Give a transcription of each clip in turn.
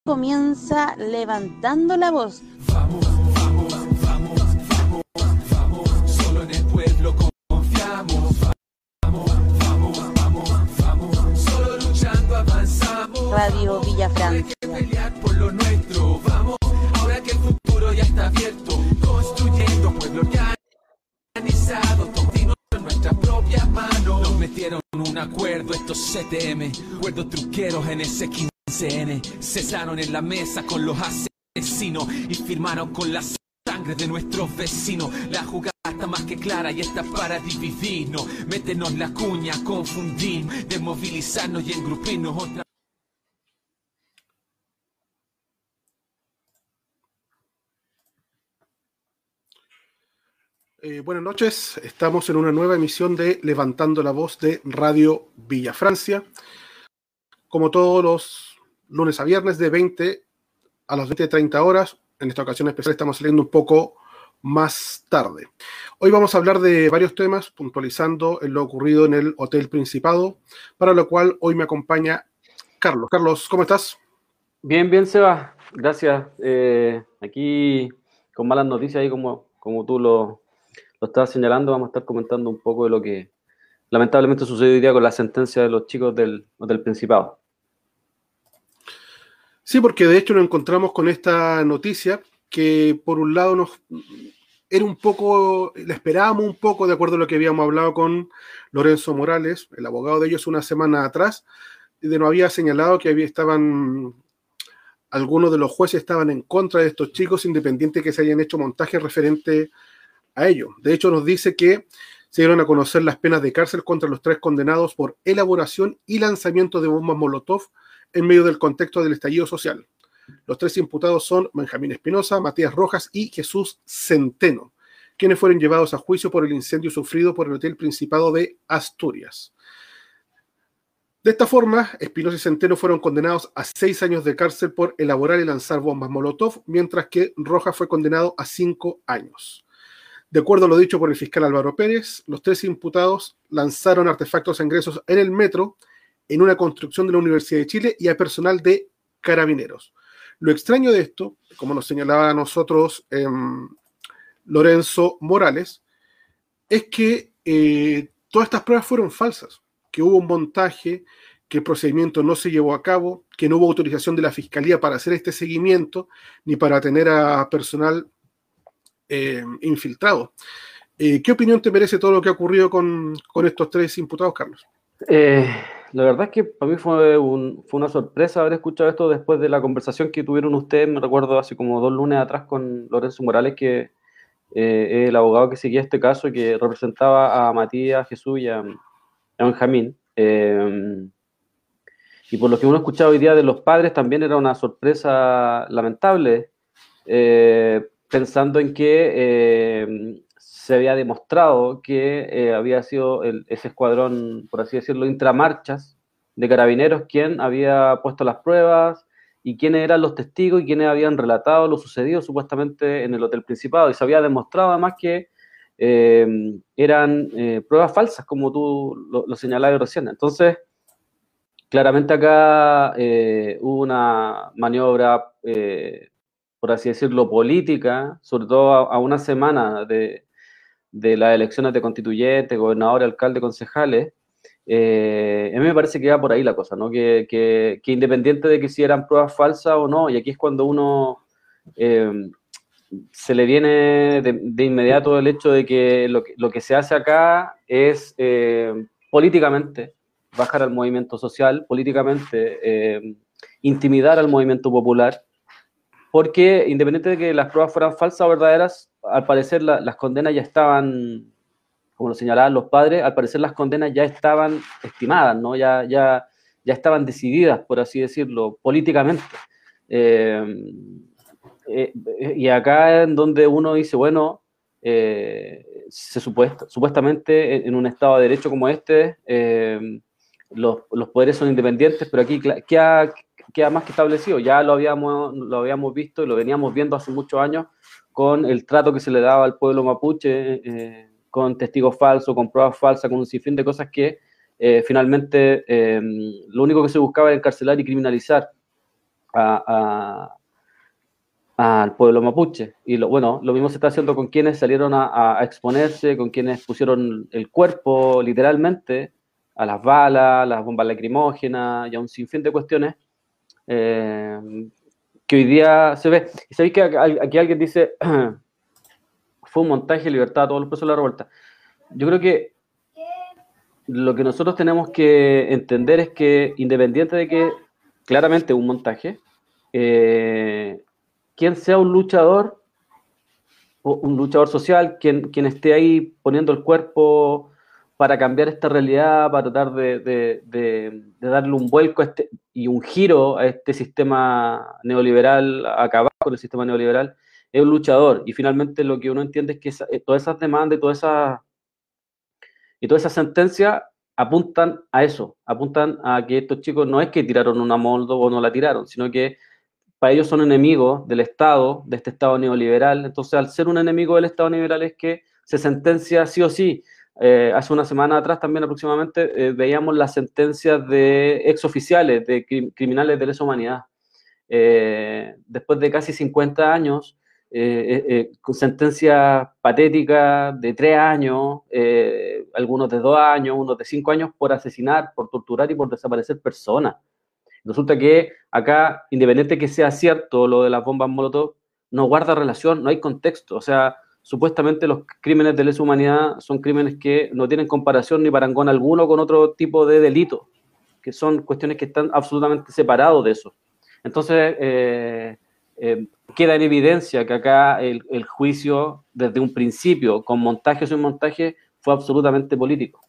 Comienza levantando la voz. Vamos, vamos, vamos, vamos, vamos, solo en el pueblo confiamos. Vamos, vamos, vamos, vamos, solo luchando avanzamos. Radio Vamos, Villa hay Francia. que pelear por lo nuestro. Vamos, ahora que el futuro ya está abierto, construyendo pueblo organizado, todo en nuestras propias manos. Nos metieron un acuerdo estos CTM, acuerdos truqueros en ese 15N. Cesaron en la mesa con los asesinos y firmaron con la sangre de nuestros vecinos. La jugada está más que clara y está para dividirnos, meternos la cuña, confundir, desmovilizarnos y engrupirnos otra. Buenas noches, estamos en una nueva emisión de Levantando la Voz de Radio Villa Francia. Como todos los lunes a viernes de 20 a las 20:30 horas, en esta ocasión especial estamos saliendo un poco más tarde. Hoy vamos a hablar de varios temas, puntualizando en lo ocurrido en el Hotel Principado, para lo cual hoy me acompaña Carlos. Carlos, ¿cómo estás? Bien, bien, Seba, gracias. Aquí con malas noticias, ahí como tú lo estabas señalando, vamos a estar comentando un poco de lo que lamentablemente sucedió hoy día con la sentencia de los chicos del Principado. Sí, porque de hecho nos encontramos con esta noticia que por un lado era un poco, la esperábamos un poco de acuerdo a lo que habíamos hablado con Lorenzo Morales, el abogado de ellos, una semana atrás, y nos había señalado que algunos de los jueces estaban en contra de estos chicos, independiente que se hayan hecho montajes referente a ello. De hecho, nos dice que se dieron a conocer las penas de cárcel contra los 3 condenados por elaboración y lanzamiento de bombas Molotov en medio del contexto del estallido social. Los 3 imputados son Benjamín Espinosa, Matías Rojas y Jesús Centeno, quienes fueron llevados a juicio por el incendio sufrido por el Hotel Principado de Asturias. De esta forma, Espinosa y Centeno fueron condenados a 6 años de cárcel por elaborar y lanzar bombas Molotov, mientras que Rojas fue condenado a 5 años. De acuerdo a lo dicho por el fiscal Álvaro Pérez, los 3 imputados lanzaron artefactos e ingresos en el metro, en una construcción de la Universidad de Chile y a personal de Carabineros. Lo extraño de esto, como nos señalaba a nosotros Lorenzo Morales, es que todas estas pruebas fueron falsas, que hubo un montaje, que el procedimiento no se llevó a cabo, que no hubo autorización de la Fiscalía para hacer este seguimiento, ni para tener a personal infiltrado. ¿Qué opinión te merece todo lo que ha ocurrido con estos 3 imputados, Carlos? La verdad es que para mí fue una sorpresa haber escuchado esto después de la conversación que tuvieron ustedes, me recuerdo hace como 2 lunes atrás con Lorenzo Morales, que es el abogado que seguía este caso y que representaba a Matías, Jesús y a Benjamín. Y por lo que uno ha escuchado hoy día de los padres, también era una sorpresa lamentable, pensando en que se había demostrado que había sido ese escuadrón, por así decirlo, intramarchas de Carabineros quien había puesto las pruebas y quiénes eran los testigos y quiénes habían relatado lo sucedido supuestamente en el Hotel Principado. Y se había demostrado además que eran pruebas falsas, como tú lo señalabas recién. Entonces, claramente acá hubo una maniobra, por así decirlo, política, sobre todo a una semana de las elecciones de constituyentes, gobernadores, alcaldes, concejales. A mí me parece que va por ahí la cosa, ¿no? Que independiente de que si eran pruebas falsas o no, y aquí es cuando uno se le viene de inmediato el hecho de que lo que se hace acá es políticamente bajar al movimiento social, políticamente intimidar al movimiento popular, porque independiente de que las pruebas fueran falsas o verdaderas, al parecer las condenas ya estaban, como lo señalaban los padres, al parecer las condenas ya estaban estimadas, ¿no? Ya estaban decididas, por así decirlo, políticamente. Y acá en donde uno dice, bueno, supuestamente en un Estado de Derecho como este, los poderes son independientes, pero aquí queda más que establecido. Ya lo habíamos visto y lo veníamos viendo hace muchos años con el trato que se le daba al pueblo mapuche, con testigos falsos, con pruebas falsas, con un sinfín de cosas que finalmente lo único que se buscaba era encarcelar y criminalizar a, al pueblo mapuche. Y bueno, lo mismo se está haciendo con quienes salieron a exponerse, con quienes pusieron el cuerpo literalmente a las balas, las bombas lacrimógenas y a un sinfín de cuestiones que hoy día se ve. Y sabéis que aquí alguien dice fue un montaje de libertad a todos los presos de la revuelta. Yo creo que lo que nosotros tenemos que entender es que, independiente de que claramente es un montaje, quien sea un luchador social, quien esté ahí poniendo el cuerpo para cambiar esta realidad, para tratar de darle un vuelco y un giro a este sistema neoliberal, acabar con el sistema neoliberal, es un luchador. Y finalmente lo que uno entiende es que todas esas demandas y todas esas sentencias apuntan a eso, apuntan a que estos chicos no es que tiraron una moldo o no la tiraron, sino que para ellos son enemigos del Estado, de este Estado neoliberal. Entonces, al ser un enemigo del Estado neoliberal es que se sentencia sí o sí. Hace una semana atrás también aproximadamente veíamos las sentencias de exoficiales, de criminales de lesa humanidad. Después de casi 50 años, con sentencias patéticas de 3 años, algunos de 2 años, unos de 5 años por asesinar, por torturar y por desaparecer personas. Resulta que acá, independiente que sea cierto lo de las bombas Molotov, no guarda relación, no hay contexto. O sea, supuestamente los crímenes de lesa humanidad son crímenes que no tienen comparación ni parangón alguno con otro tipo de delito, que son cuestiones que están absolutamente separados de eso. Entonces, queda en evidencia que acá el juicio, desde un principio, con montaje o sin montaje, fue absolutamente político.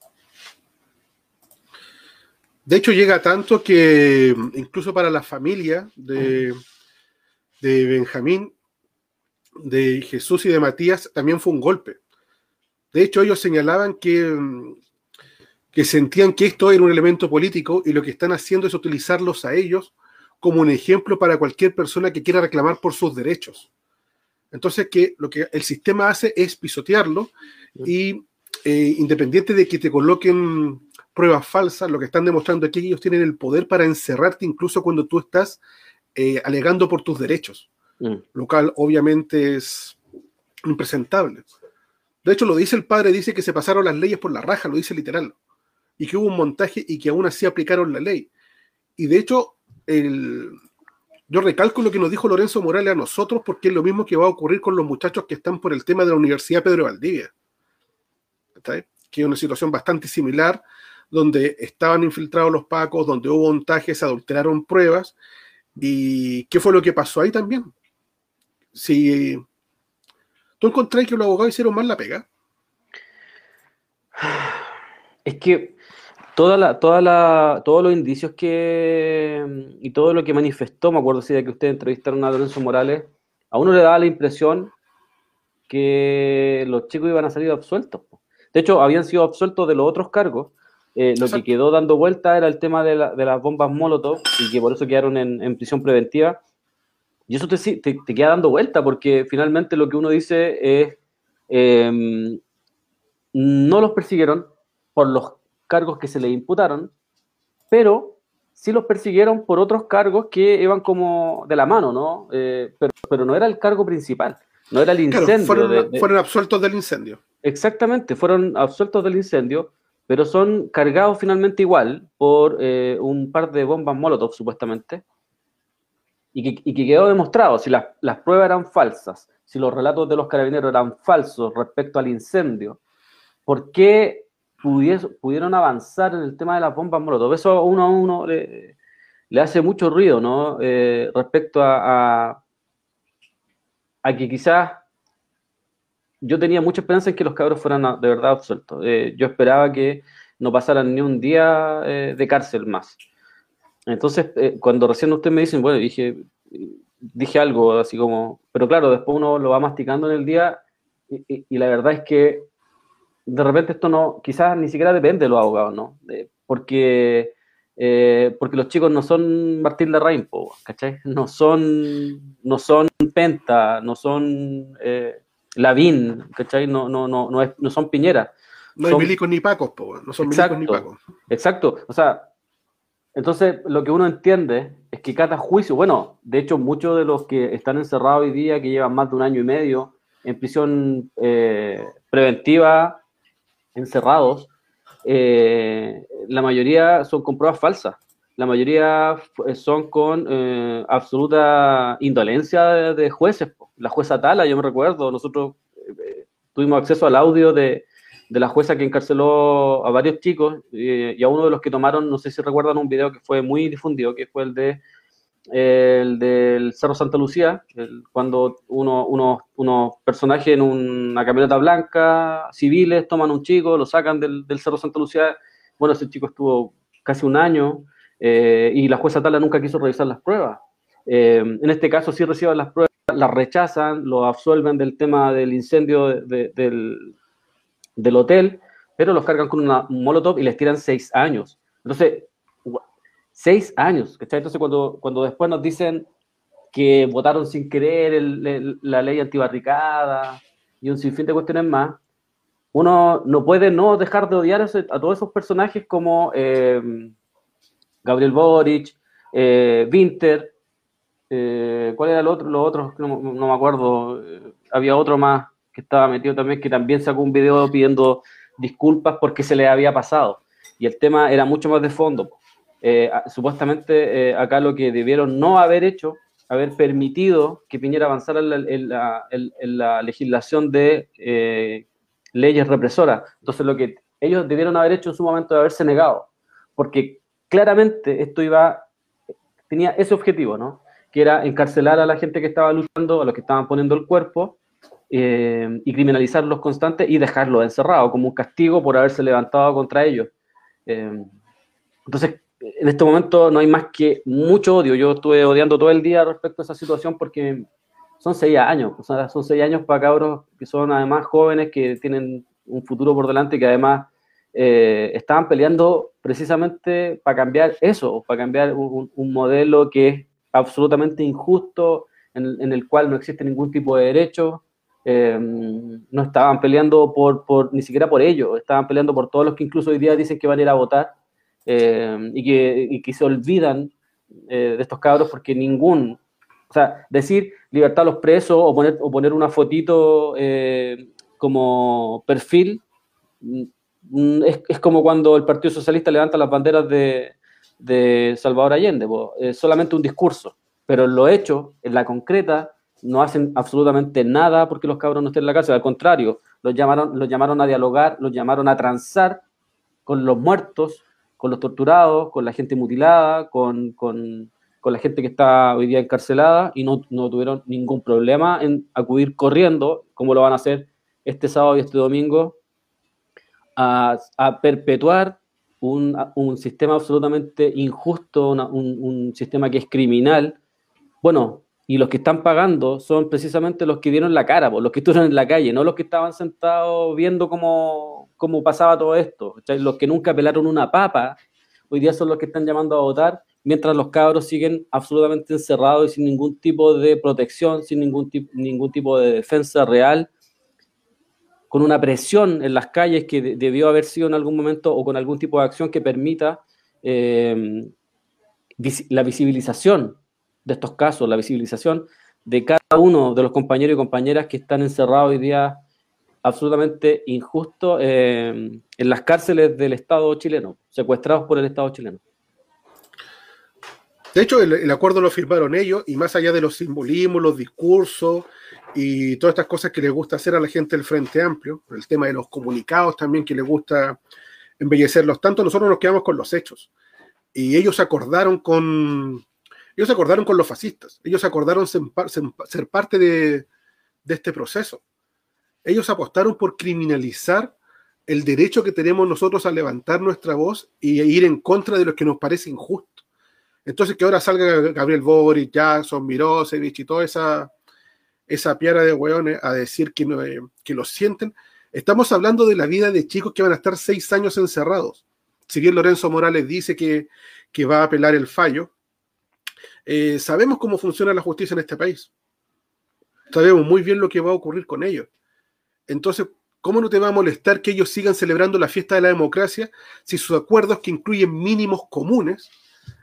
De hecho, llega tanto que incluso para la familia de Benjamín, de Jesús y de Matías, también fue un golpe. De hecho, ellos señalaban que sentían que esto era un elemento político y lo que están haciendo es utilizarlos a ellos como un ejemplo para cualquier persona que quiera reclamar por sus derechos. Entonces, que lo que el sistema hace es pisotearlo y independiente de que te coloquen pruebas falsas, lo que están demostrando es que ellos tienen el poder para encerrarte incluso cuando tú estás alegando por tus derechos, lo cual obviamente es impresentable. De hecho, lo dice el padre, dice que se pasaron las leyes por la raja, lo dice literal, y que hubo un montaje y que aún así aplicaron la ley. Y de hecho, yo recalco lo que nos dijo Lorenzo Morales a nosotros, porque es lo mismo que va a ocurrir con los muchachos que están por el tema de la Universidad Pedro Valdivia, ¿sí? Que es una situación bastante similar, donde estaban infiltrados los pacos, donde hubo montajes, se adulteraron pruebas. ¿Y qué fue lo que pasó ahí también? Si tú encontrás que los abogados hicieron mal la pega. Es que todos los indicios y todo lo que manifestó, me acuerdo sí, de que ustedes entrevistaron a Lorenzo Morales, a uno le daba la impresión que los chicos iban a salir absueltos. De hecho, habían sido absueltos de los otros cargos. Lo que quedó dando vuelta era el tema de las bombas Molotov y que por eso quedaron en prisión preventiva. Y eso te queda dando vuelta porque finalmente lo que uno dice es no los persiguieron por los cargos que se les imputaron, pero sí los persiguieron por otros cargos que iban como de la mano, ¿no? Pero no era el cargo principal, no era el incendio. Claro, fueron absueltos del incendio. Exactamente, fueron absueltos del incendio, pero son cargados finalmente igual por un par de bombas Molotov, supuestamente, y que quedó demostrado, si las pruebas eran falsas, si los relatos de los carabineros eran falsos respecto al incendio, ¿por qué pudieron avanzar en el tema de las bombas Molotov? Eso a uno le hace mucho ruido, ¿no? Respecto a que quizás yo tenía mucha esperanza en que los cabros fueran de verdad absueltos. Yo esperaba que no pasaran ni un día de cárcel más. Entonces, cuando recién ustedes me dicen, bueno, dije algo así como, pero claro, después uno lo va masticando en el día y la verdad es que de repente esto no, quizás ni siquiera depende de los abogados, ¿no? Porque los chicos no son Martín Larraín, ¿cachai? No son Penta, no son Lavín, ¿cachai? No son Piñera. No hay milicos ni pacos, no son milicos ni pacos. Exacto, o sea, Entonces, lo que uno entiende es que cada juicio, bueno, de hecho, muchos de los que están encerrados hoy día, que llevan más de 1 año y medio en prisión preventiva, encerrados, la mayoría son con pruebas falsas. La mayoría son con absoluta indolencia de jueces. La jueza Tala, yo me recuerdo, nosotros tuvimos acceso al audio de la jueza que encarceló a varios chicos y a uno de los que tomaron, no sé si recuerdan un video que fue muy difundido, que fue el del Cerro Santa Lucía, cuando unos personajes en una camioneta blanca, civiles, toman un chico, lo sacan del Cerro Santa Lucía. Bueno, ese chico estuvo casi 1 año y la jueza Tala nunca quiso revisar las pruebas. En este caso sí reciben las pruebas, las rechazan, lo absuelven del tema del incendio del hotel, pero los cargan con un molotov y les tiran 6 años. Entonces, 6 años, ¿cachai? Entonces, cuando después nos dicen que votaron sin querer la ley antibarricada y un sinfín de cuestiones más, uno no puede no dejar de odiar a todos esos personajes como Gabriel Boric, Winter, ¿cuál era el otro? Los otros, no me acuerdo, había otro más que estaba metido también, que también sacó un video pidiendo disculpas porque se le había pasado. Y el tema era mucho más de fondo. Supuestamente acá lo que debieron no haber hecho, haber permitido que Piñera avanzara en la legislación de leyes represoras. Entonces lo que ellos debieron haber hecho en su momento de haberse negado, porque claramente esto tenía ese objetivo, ¿no? Que era encarcelar a la gente que estaba luchando, a los que estaban poniendo el cuerpo, y criminalizarlos constantes y dejarlos encerrados como un castigo por haberse levantado contra ellos. Entonces, en este momento no hay más que mucho odio. Yo estuve odiando todo el día respecto a esa situación porque son 6 años, o sea, son 6 años para cabros que son además jóvenes, que tienen un futuro por delante, que además estaban peleando precisamente para cambiar eso, para cambiar un modelo que es absolutamente injusto, en el cual no existe ningún tipo de derecho. No estaban peleando ni siquiera por ellos, estaban peleando por todos los que incluso hoy día dicen que van a ir a votar, y que se olvidan de estos cabros, porque o sea, decir libertad a los presos o poner una fotito como perfil, es como cuando el Partido Socialista levanta las banderas de Salvador Allende, es solamente un discurso, pero en lo hecho, en la concreta, no hacen absolutamente nada porque los cabros no estén en la cárcel. Al contrario, los llamaron a dialogar, los llamaron a transar con los muertos, con los torturados, con la gente mutilada, con la gente que está hoy día encarcelada, y no tuvieron ningún problema en acudir corriendo, como lo van a hacer este sábado y este domingo, a perpetuar un sistema absolutamente injusto, un sistema que es criminal. Bueno, y los que están pagando son precisamente los que dieron la cara, los que estuvieron en la calle, no los que estaban sentados viendo cómo pasaba todo esto. O sea, los que nunca pelaron una papa, hoy día son los que están llamando a votar, mientras los cabros siguen absolutamente encerrados y sin ningún tipo de protección, sin ningún tipo de defensa real, con una presión en las calles que debió haber sido en algún momento, o con algún tipo de acción que permita la visibilización de estos casos, la visibilización de cada uno de los compañeros y compañeras que están encerrados hoy día absolutamente injusto en las cárceles del Estado chileno, secuestrados por el Estado chileno. De hecho, el acuerdo lo firmaron ellos, y más allá de los simbolismos, los discursos y todas estas cosas que les gusta hacer a la gente del Frente Amplio, el tema de los comunicados también, que les gusta embellecerlos tanto, nosotros nos quedamos con los hechos. Y ellos acordaron con los fascistas, ellos acordaron ser parte de este proceso. Ellos apostaron por criminalizar el derecho que tenemos nosotros a levantar nuestra voz y a ir en contra de lo que nos parece injusto. Entonces, que ahora salga Gabriel Boric, Jackson, Mirosevic y toda esa piara de hueones a decir que lo sienten. Estamos hablando de la vida de chicos que van a estar 6 años encerrados. Si bien Lorenzo Morales dice que va a apelar el fallo, sabemos cómo funciona la justicia en este país. Sabemos muy bien lo que va a ocurrir con ellos. Entonces, ¿cómo no te va a molestar que ellos sigan celebrando la fiesta de la democracia si sus acuerdos, que incluyen mínimos comunes,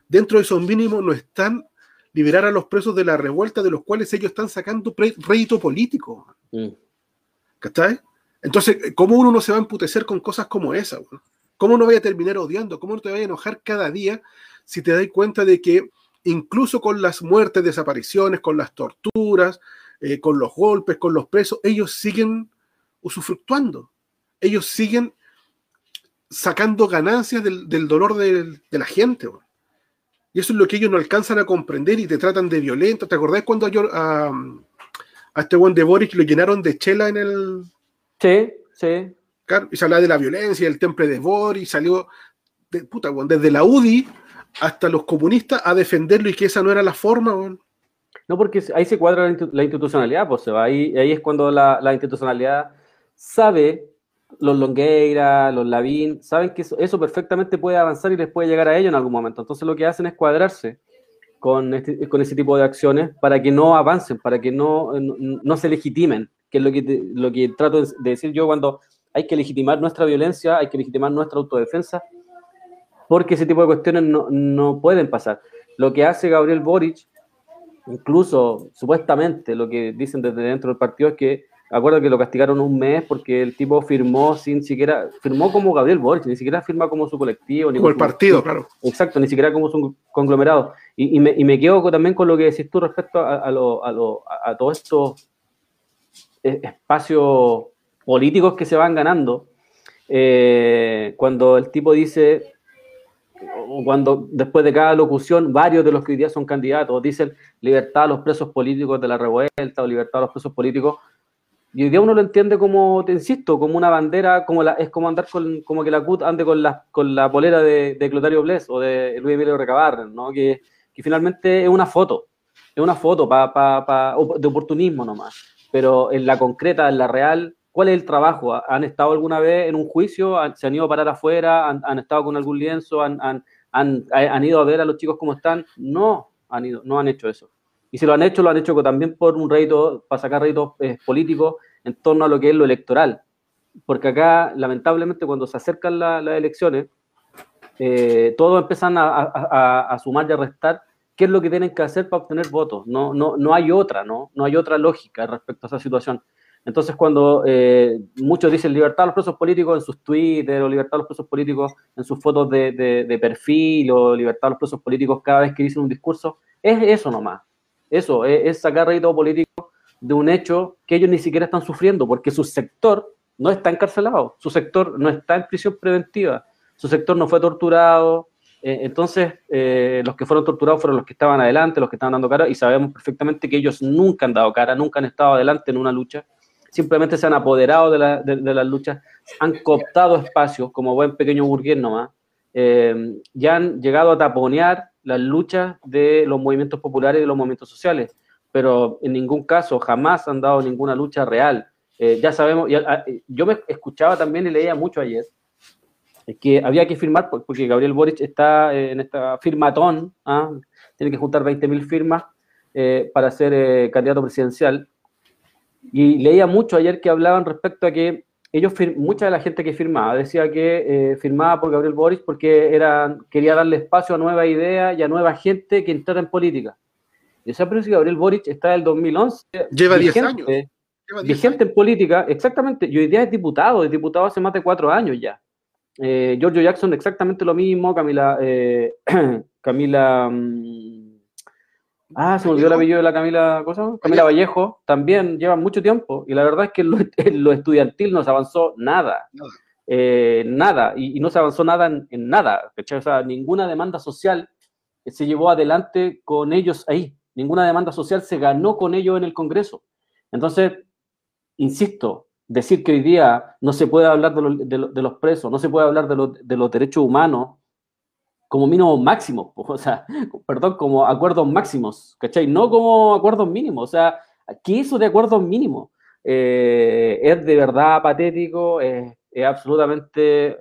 dentro de esos mínimos no están liberar a los presos de la revuelta de los cuales ellos están sacando rédito político. ¿Cachai? Entonces, ¿cómo uno no se va a emputecer con cosas como esa? ¿Cómo no vaya a terminar odiando? ¿Cómo no te vaya a enojar cada día si te das cuenta de que incluso con las muertes, desapariciones, con las torturas, con los golpes, con los presos, ellos siguen usufructuando? Ellos siguen sacando ganancias del dolor de la gente. Y eso es lo que ellos no alcanzan a comprender y te tratan de violento. ¿Te acordás cuando a este buen de Boric lo llenaron de chela en el... Sí, sí. Claro, y se hablaba de la violencia, el temple de Boric, salió desde la UDI hasta los comunistas a defenderlo y que esa no era la forma. No, porque ahí se cuadra la institucionalidad, pues ahí es cuando la institucionalidad sabe, los Longueira, los Lavín, saben que eso perfectamente puede avanzar y les puede llegar a ellos en algún momento. Entonces lo que hacen es cuadrarse con ese tipo de acciones para que no avancen, para que no se legitimen, que es lo que trato de decir yo cuando hay que legitimar nuestra violencia, hay que legitimar nuestra autodefensa, porque ese tipo de cuestiones no pueden pasar. Lo que hace Gabriel Boric, incluso supuestamente lo que dicen desde dentro del partido es que, acuerdo que lo castigaron un mes porque el tipo firmó como Gabriel Boric, ni siquiera firma como su colectivo. Como el partido, claro. Exacto, ni siquiera como su conglomerado. Y me quedo también con lo que decís tú respecto a todos estos espacios políticos que se van ganando. Cuando el tipo dice, cuando después de cada locución, varios de los que hoy día son candidatos dicen libertad a los presos políticos de la revuelta o libertad a los presos políticos. Y hoy día uno lo entiende como, te insisto, como una bandera, es como andar como que la CUT ande con la polera de Clotario Blest o de Luis Emilio Recabarren, ¿no? Que finalmente es una foto de oportunismo nomás. Pero en la concreta, en la real, ¿cuál es el trabajo? ¿Han estado alguna vez en un juicio? ¿Se han ido a parar afuera? ¿Han estado con algún lienzo? ¿Han ido a ver a los chicos cómo están? No han hecho eso. Y si lo han hecho también por un rédito, para sacar réditos políticos en torno a lo que es lo electoral. Porque acá, lamentablemente, cuando se acercan las elecciones, todos empiezan a sumar y a restar qué es lo que tienen que hacer para obtener votos. No hay otra, ¿no? No hay otra lógica respecto a esa situación. Entonces, cuando muchos dicen libertad a los presos políticos en sus Twitter, o libertad a los presos políticos en sus fotos de perfil, o libertad a los presos políticos cada vez que dicen un discurso, es eso nomás. Eso, es sacar rédito político de un hecho que ellos ni siquiera están sufriendo, porque su sector no está encarcelado, su sector no está en prisión preventiva, su sector no fue torturado. Entonces, los que fueron torturados fueron los que estaban adelante, los que estaban dando cara, y sabemos perfectamente que ellos nunca han dado cara, nunca han estado adelante en una lucha, simplemente se han apoderado de las luchas, han cooptado espacios como buen pequeño burgués nomás, y han llegado a taponear las luchas de los movimientos populares y de los movimientos sociales, pero en ningún caso jamás han dado ninguna lucha real. Ya sabemos, yo me escuchaba también y leía mucho ayer, que había que firmar, porque Gabriel Boric está en esta firmatón, tiene que juntar 20.000 firmas para ser candidato presidencial, y leía mucho ayer que hablaban respecto a que mucha de la gente que firmaba decía que firmaba por Gabriel Boric porque quería darle espacio a nuevas ideas y a nueva gente que entrara en política. Y esa pero si Gabriel Boric está del 2011, lleva 10 años. Vigente en política, exactamente, y hoy día es diputado hace más de 4 años ya. Giorgio Jackson exactamente lo mismo, Camila se me olvidó el apellido de la Camila Vallejo, también llevan mucho tiempo, y la verdad es que en lo estudiantil no se avanzó nada, y no se avanzó nada en nada, ¿cachai? O sea, ninguna demanda social se llevó adelante con ellos ahí, ninguna demanda social se ganó con ellos en el Congreso. Entonces, insisto, decir que hoy día no se puede hablar de los presos, no se puede hablar de los derechos humanos como mínimos máximos, o sea, perdón, como acuerdos máximos, ¿cachai? No como acuerdos mínimos, o sea, ¿qué eso de acuerdos mínimos? Es de verdad patético, es absolutamente,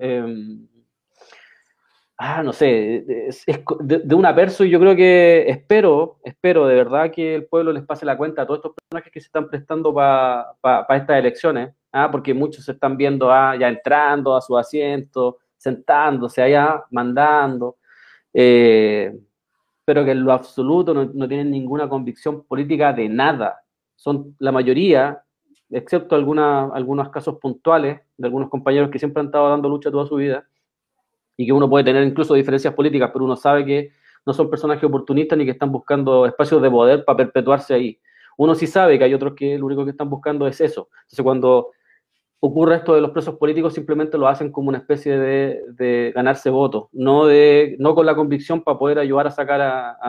no sé, es de un aperso, y yo creo que espero de verdad que el pueblo les pase la cuenta a todos estos personajes que se están prestando para estas elecciones, porque muchos se están viendo ya entrando a su asiento, sentándose allá, mandando. pero que en lo absoluto no tienen ninguna convicción política de nada. Son la mayoría, excepto algunos casos puntuales de algunos compañeros que siempre han estado dando lucha toda su vida, y que uno puede tener incluso diferencias políticas, pero uno sabe que no son personajes oportunistas ni que están buscando espacios de poder para perpetuarse ahí. Uno sí sabe que hay otros que lo único que están buscando es eso. Entonces, cuando ocurre esto de los presos políticos, simplemente lo hacen como una especie de ganarse votos, no con la convicción para poder ayudar a sacar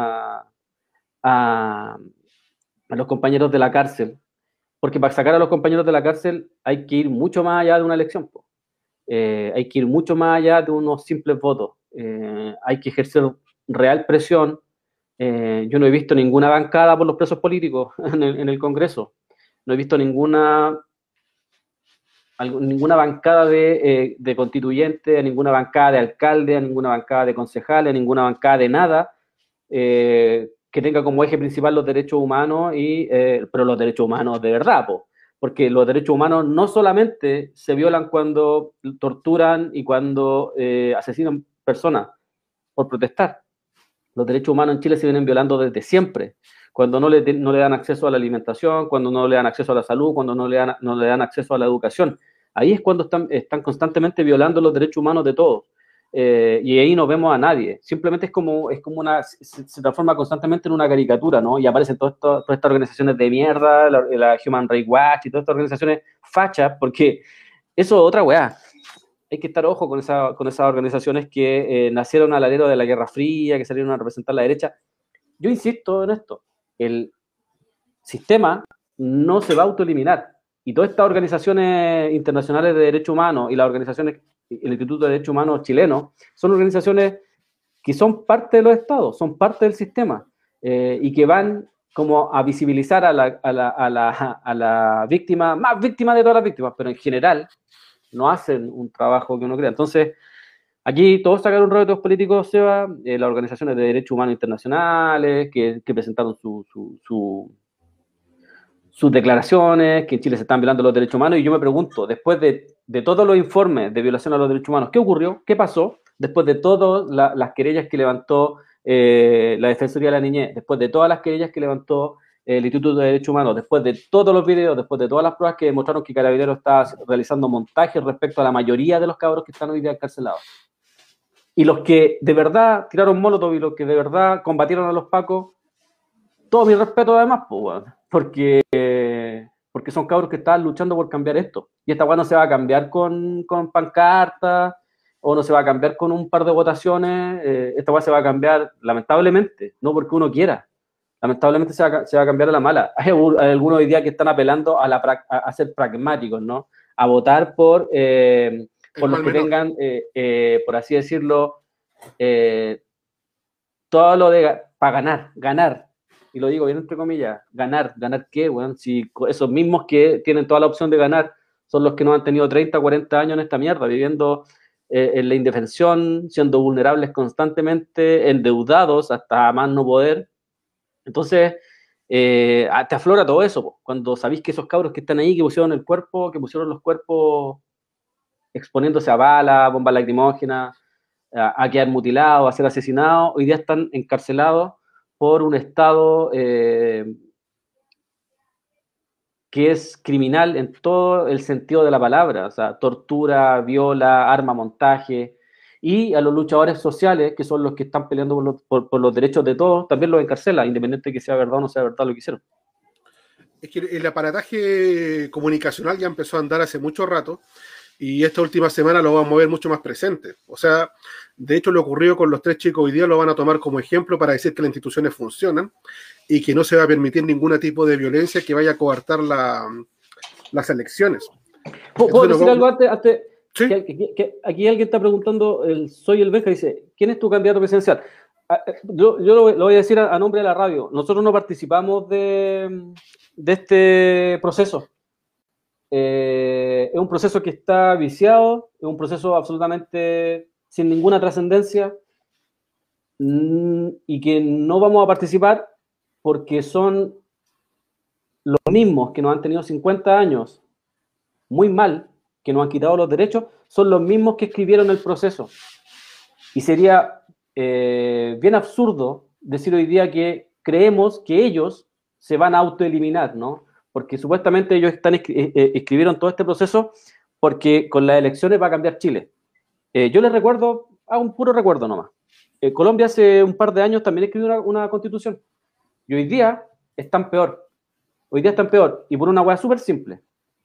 a los compañeros de la cárcel. Porque para sacar a los compañeros de la cárcel hay que ir mucho más allá de una elección, po. Hay que ir mucho más allá de unos simples votos. Hay que ejercer real presión. Yo no he visto ninguna bancada por los presos políticos en el Congreso. No he visto ninguna bancada de constituyentes, ninguna bancada de alcaldes, ninguna bancada de concejales, ninguna bancada de nada, que tenga como eje principal los derechos humanos, pero los derechos humanos de verdad, po. Porque los derechos humanos no solamente se violan cuando torturan y cuando asesinan personas por protestar. Los derechos humanos en Chile se vienen violando desde siempre. Cuando no le dan acceso a la alimentación, cuando no le dan acceso a la salud, cuando no le dan acceso a la educación. Ahí es cuando están constantemente violando los derechos humanos de todos. Y ahí no vemos a nadie. Simplemente se transforma constantemente en una caricatura, ¿no? Y aparecen todas estas organizaciones de mierda, la Human Rights Watch y todas estas organizaciones fachas, porque eso es otra weá. Hay que estar ojo con esas organizaciones que nacieron al alero de la Guerra Fría, que salieron a representar la derecha. Yo insisto en esto, el sistema no se va a autoeliminar, y todas estas organizaciones internacionales de derechos humanos y las organizaciones, el Instituto de Derechos Humanos chileno, son organizaciones que son parte de los estados, son parte del sistema, y que van como a visibilizar a la víctima, más víctima de todas las víctimas, pero en general no hacen un trabajo que uno crea. Entonces, aquí todos sacaron retos políticos, Seba, las organizaciones de derechos humanos internacionales que presentaron sus declaraciones, que en Chile se están violando los derechos humanos, y yo me pregunto, después de todos los informes de violación a los derechos humanos, ¿qué ocurrió? ¿Qué pasó? Después de todas las querellas que levantó la Defensoría de la Niñez, después de todas las querellas que levantó el Instituto de Derechos Humanos, después de todos los videos, después de todas las pruebas que demostraron que Carabineros está realizando montajes respecto a la mayoría de los cabros que están hoy día encarcelados. Y los que de verdad tiraron molotov y los que de verdad combatieron a los pacos, todo mi respeto además, pues, porque son cabros que están luchando por cambiar esto. Y esta weá no se va a cambiar con pancartas, o no se va a cambiar con un par de votaciones. Esta weá se va a cambiar, lamentablemente, no porque uno quiera. Lamentablemente se va a cambiar a la mala. Hay algunos hoy día que están apelando a ser pragmáticos, ¿no? A votar por los que tengan, por así decirlo, todo lo para ganar. Y lo digo bien entre comillas, ¿ganar qué, weón? Si esos mismos que tienen toda la opción de ganar son los que no han tenido 30, 40 años en esta mierda, viviendo en la indefensión, siendo vulnerables constantemente, endeudados hasta más no poder. Entonces, te aflora todo eso, po. Cuando sabéis que esos cabros que están ahí, que pusieron los cuerpos exponiéndose a balas, bombas lacrimógenas, a quedar mutilados, a ser asesinados, hoy día están encarcelados por un Estado que es criminal en todo el sentido de la palabra, o sea, tortura, viola, arma montaje, y a los luchadores sociales, que son los que están peleando por los derechos de todos, también los encarcela, independiente de que sea verdad o no sea verdad lo que hicieron. Es que el aparataje comunicacional ya empezó a andar hace mucho rato, y esta última semana lo vamos a ver mucho más presente. O sea, de hecho lo ocurrido con los 3 chicos hoy día lo van a tomar como ejemplo para decir que las instituciones funcionan y que no se va a permitir ningún tipo de violencia que vaya a coartar las elecciones. ¿Puedo decir algo antes? ¿Sí? Que aquí alguien está preguntando, Soy el Benja, dice, ¿quién es tu candidato presidencial? Yo lo voy a decir a nombre de la radio. Nosotros no participamos de este proceso. Es un proceso que está viciado, es un proceso absolutamente sin ninguna trascendencia, y que no vamos a participar porque son los mismos que nos han tenido 50 años muy mal, que nos han quitado los derechos, son los mismos que escribieron el proceso. Y sería bien absurdo decir hoy día que creemos que ellos se van a autoeliminar, ¿no? Porque supuestamente ellos escribieron todo este proceso porque con las elecciones va a cambiar Chile. Yo les recuerdo, hago un puro recuerdo nomás. Colombia hace un par de años también escribió una constitución. Y hoy día están peor. Hoy día están peor. Y por una hueá súper simple.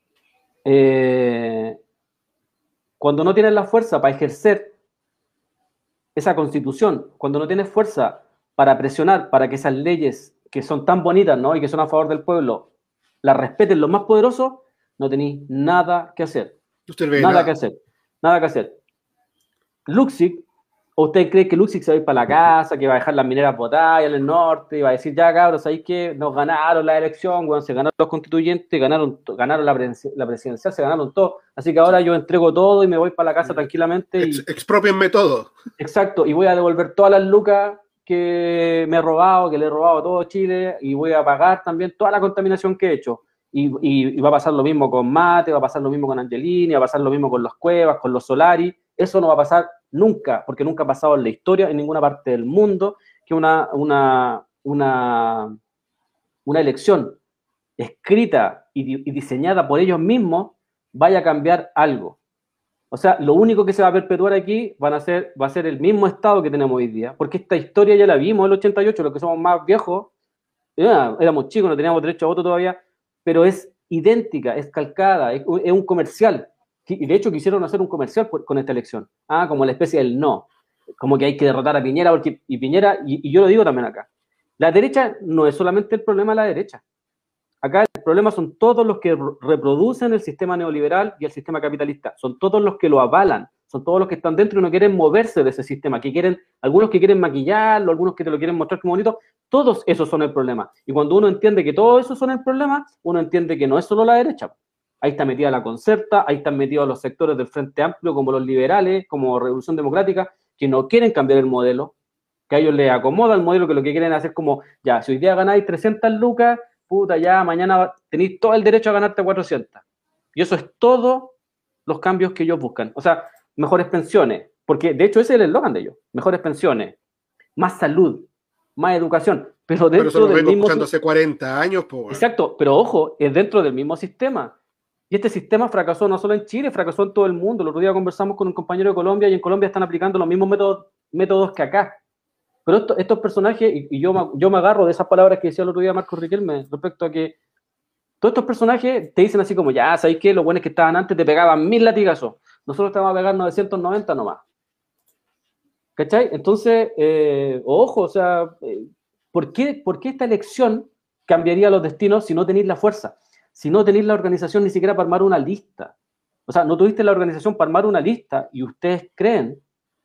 Cuando no tienes la fuerza para ejercer esa constitución, cuando no tienes fuerza para presionar para que esas leyes que son tan bonitas, ¿no? Y que son a favor del pueblo, las respeten los más poderosos, no tenéis nada que hacer. Nada que hacer. Nada que hacer. Luxic, ¿o usted cree que Luxic se va a ir para la casa, que va a dejar las mineras botadas en el norte, y va a decir, ya cabros, ¿sabéis qué? Nos ganaron la elección, bueno, se ganaron los constituyentes, ganaron la presidencial, se ganaron todo, así que ahora yo entrego todo y me voy para la casa tranquilamente. Expropienme todo. Exacto, y voy a devolver todas las lucas que me he robado, que le he robado a todo Chile, y voy a pagar también toda la contaminación que he hecho. Y va a pasar lo mismo con Mate, va a pasar lo mismo con Angelini, va a pasar lo mismo con los Cuevas, con los Solari. Eso no va a pasar nunca, porque nunca ha pasado en la historia, en ninguna parte del mundo, que una elección escrita y diseñada por ellos mismos vaya a cambiar algo. O sea, lo único que se va a perpetuar aquí va a ser el mismo estado que tenemos hoy día, porque esta historia ya la vimos en el 88, los que somos más viejos, éramos chicos, no teníamos derecho a voto todavía, pero es idéntica, es calcada, es un comercial. Y de hecho quisieron hacer un comercial con esta elección, como la especie del no, como que hay que derrotar a Piñera, porque Piñera, y yo lo digo también acá, la derecha no es solamente el problema de la derecha. Acá el problema son todos los que reproducen el sistema neoliberal y el sistema capitalista, son todos los que lo avalan, son todos los que están dentro y no quieren moverse de ese sistema, algunos que quieren maquillarlo, algunos que te lo quieren mostrar como bonito, todos esos son el problema. Y cuando uno entiende que todos esos son el problema, uno entiende que no es solo la derecha. Ahí está metida la Concerta, ahí están metidos los sectores del Frente Amplio, como los liberales, como Revolución Democrática, que no quieren cambiar el modelo, que a ellos les acomoda el modelo, que lo que quieren hacer es como, ya, si hoy día ganáis 300 lucas, puta, ya mañana tenéis todo el derecho a ganarte 400. Y eso es todo los cambios que ellos buscan. O sea, mejores pensiones, porque de hecho ese es el eslogan de ellos, mejores pensiones, más salud, más educación, pero dentro eso lo del vengo mismo... escuchando hace 40 años, po. Exacto, pero ojo, es dentro del mismo sistema. Y este sistema fracasó no solo en Chile, fracasó en todo el mundo. El otro día conversamos con un compañero de Colombia y en Colombia están aplicando los mismos métodos que acá. Pero estos personajes, y yo me agarro de esas palabras que decía el otro día Marco Riquelme, respecto a que todos estos personajes te dicen así como, ya, ¿sabes qué? Los buenos que estaban antes te pegaban 1000 latigazos. Nosotros te vamos a pegar 990 nomás. ¿Cachai? Entonces, ojo, o sea, ¿por qué esta elección cambiaría los destinos si no tenéis la fuerza? Si no tenéis la organización ni siquiera para armar una lista. O sea, no tuviste la organización para armar una lista y ustedes creen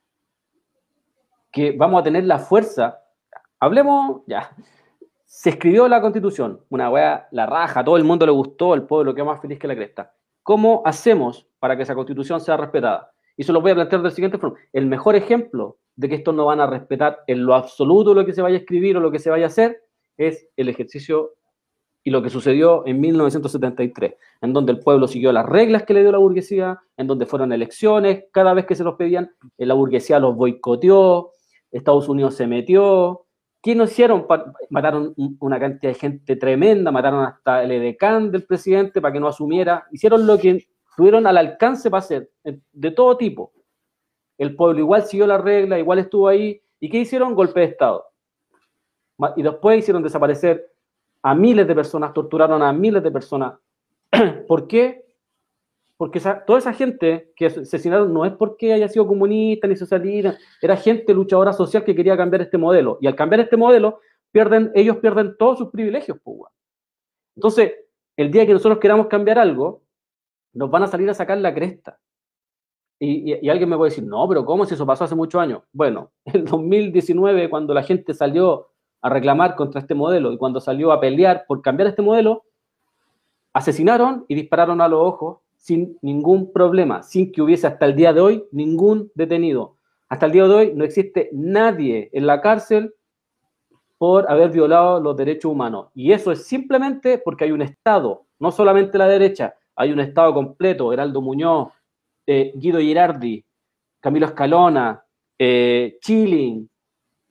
que vamos a tener la fuerza. Hablemos, ya. Se escribió la Constitución, una weá, la raja, a todo el mundo le gustó, el pueblo quedó más feliz que la cresta. ¿Cómo hacemos para que esa Constitución sea respetada? Y se lo voy a plantear del siguiente forma. El mejor ejemplo de que estos no van a respetar en lo absoluto lo que se vaya a escribir o lo que se vaya a hacer es el ejercicio y lo que sucedió en 1973, en donde el pueblo siguió las reglas que le dio la burguesía, en donde fueron elecciones, cada vez que se los pedían, la burguesía los boicoteó, Estados Unidos se metió. ¿Qué no hicieron? Mataron una cantidad de gente tremenda, mataron hasta el edecán del presidente para que no asumiera, hicieron lo que tuvieron al alcance para hacer, de todo tipo. El pueblo igual siguió la regla, igual estuvo ahí. ¿Y qué hicieron? Golpe de Estado. Y después hicieron desaparecer a miles de personas, torturaron a miles de personas. ¿Por qué? Porque toda esa gente que asesinaron no es porque haya sido comunista ni socialista, era gente luchadora social que quería cambiar este modelo. Y al cambiar este modelo, ellos pierden todos sus privilegios. Pues. Entonces, el día que nosotros queramos cambiar algo, nos van a salir a sacar la cresta. Y alguien me puede decir, no, pero ¿cómo si eso pasó hace muchos años? Bueno, en 2019, cuando la gente salió a reclamar contra este modelo y cuando salió a pelear por cambiar este modelo, asesinaron y dispararon a los ojos sin ningún problema, sin que hubiese hasta el día de hoy ningún detenido. Hasta el día de hoy no existe nadie en la cárcel por haber violado los derechos humanos. Y eso es simplemente porque hay un Estado, no solamente la derecha, hay un Estado completo, Heraldo Muñoz, Guido Girardi, Camilo Escalona, Chilling, y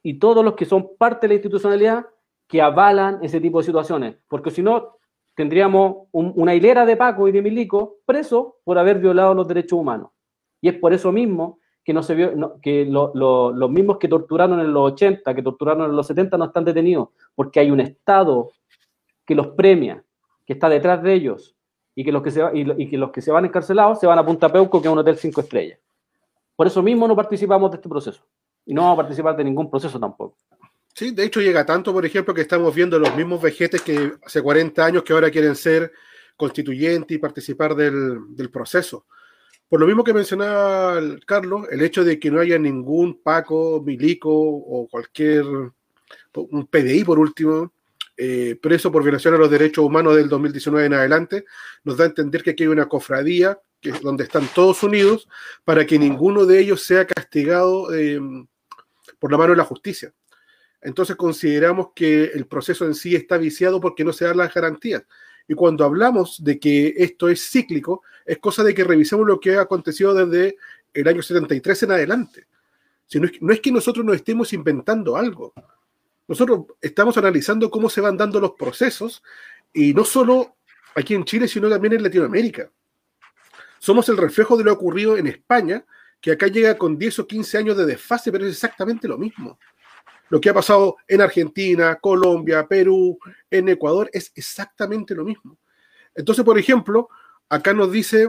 y todos los que son parte de la institucionalidad que avalan ese tipo de situaciones, porque si no, tendríamos una hilera de Paco y de Milico presos por haber violado los derechos humanos. Y es por eso mismo que no se vio, que los mismos que torturaron en los 80, que torturaron en los 70 no están detenidos, porque hay un Estado que los premia, que está detrás de ellos, y que los que se van encarcelados se van a Punta Peuco, que es un hotel 5 estrellas. Por eso mismo no participamos de este proceso. Y no vamos a participar de ningún proceso tampoco. Sí, de hecho llega tanto, por ejemplo, que estamos viendo los mismos vejetes que hace 40 años que ahora quieren ser constituyentes y participar del proceso. Por lo mismo que mencionaba Carlos, el hecho de que no haya ningún Paco, Milico o cualquier, un PDI por último, preso por violación a los derechos humanos del 2019 en adelante, nos da a entender que aquí hay una cofradía donde están todos unidos para que ninguno de ellos sea castigado por la mano de la justicia. Entonces consideramos que el proceso en sí está viciado porque no se dan las garantías. Y cuando hablamos de que esto es cíclico, es cosa de que revisemos lo que ha acontecido desde el año 73 en adelante. Si no es que nosotros nos estemos inventando algo. Nosotros estamos analizando cómo se van dando los procesos, y no solo aquí en Chile, sino también en Latinoamérica. Somos el reflejo de lo ocurrido en España, que acá llega con 10 o 15 años de desfase, pero es exactamente lo mismo. Lo que ha pasado en Argentina, Colombia, Perú, en Ecuador, es exactamente lo mismo. Entonces, por ejemplo, acá nos dice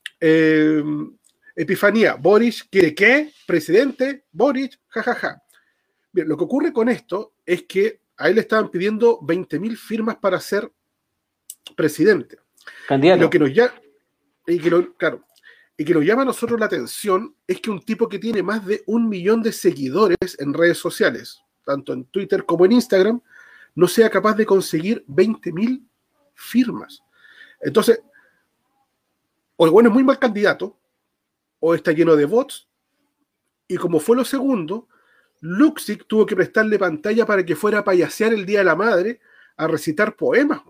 Epifanía, Boric quiere ¿qué? Presidente, Boric, jajaja. Bien, lo que ocurre con esto es que a él le estaban pidiendo 20.000 firmas para ser presidente. Candidato. Y lo que nos llama, y que nos llama a nosotros la atención es que un tipo que tiene más de 1 millón de seguidores en redes sociales, tanto en Twitter como en Instagram, no sea capaz de conseguir 20.000 firmas. Entonces, o el bueno es muy mal candidato, o está lleno de bots, y como fue lo segundo, Luxic tuvo que prestarle pantalla para que fuera a payasear el Día de la Madre a recitar poemas.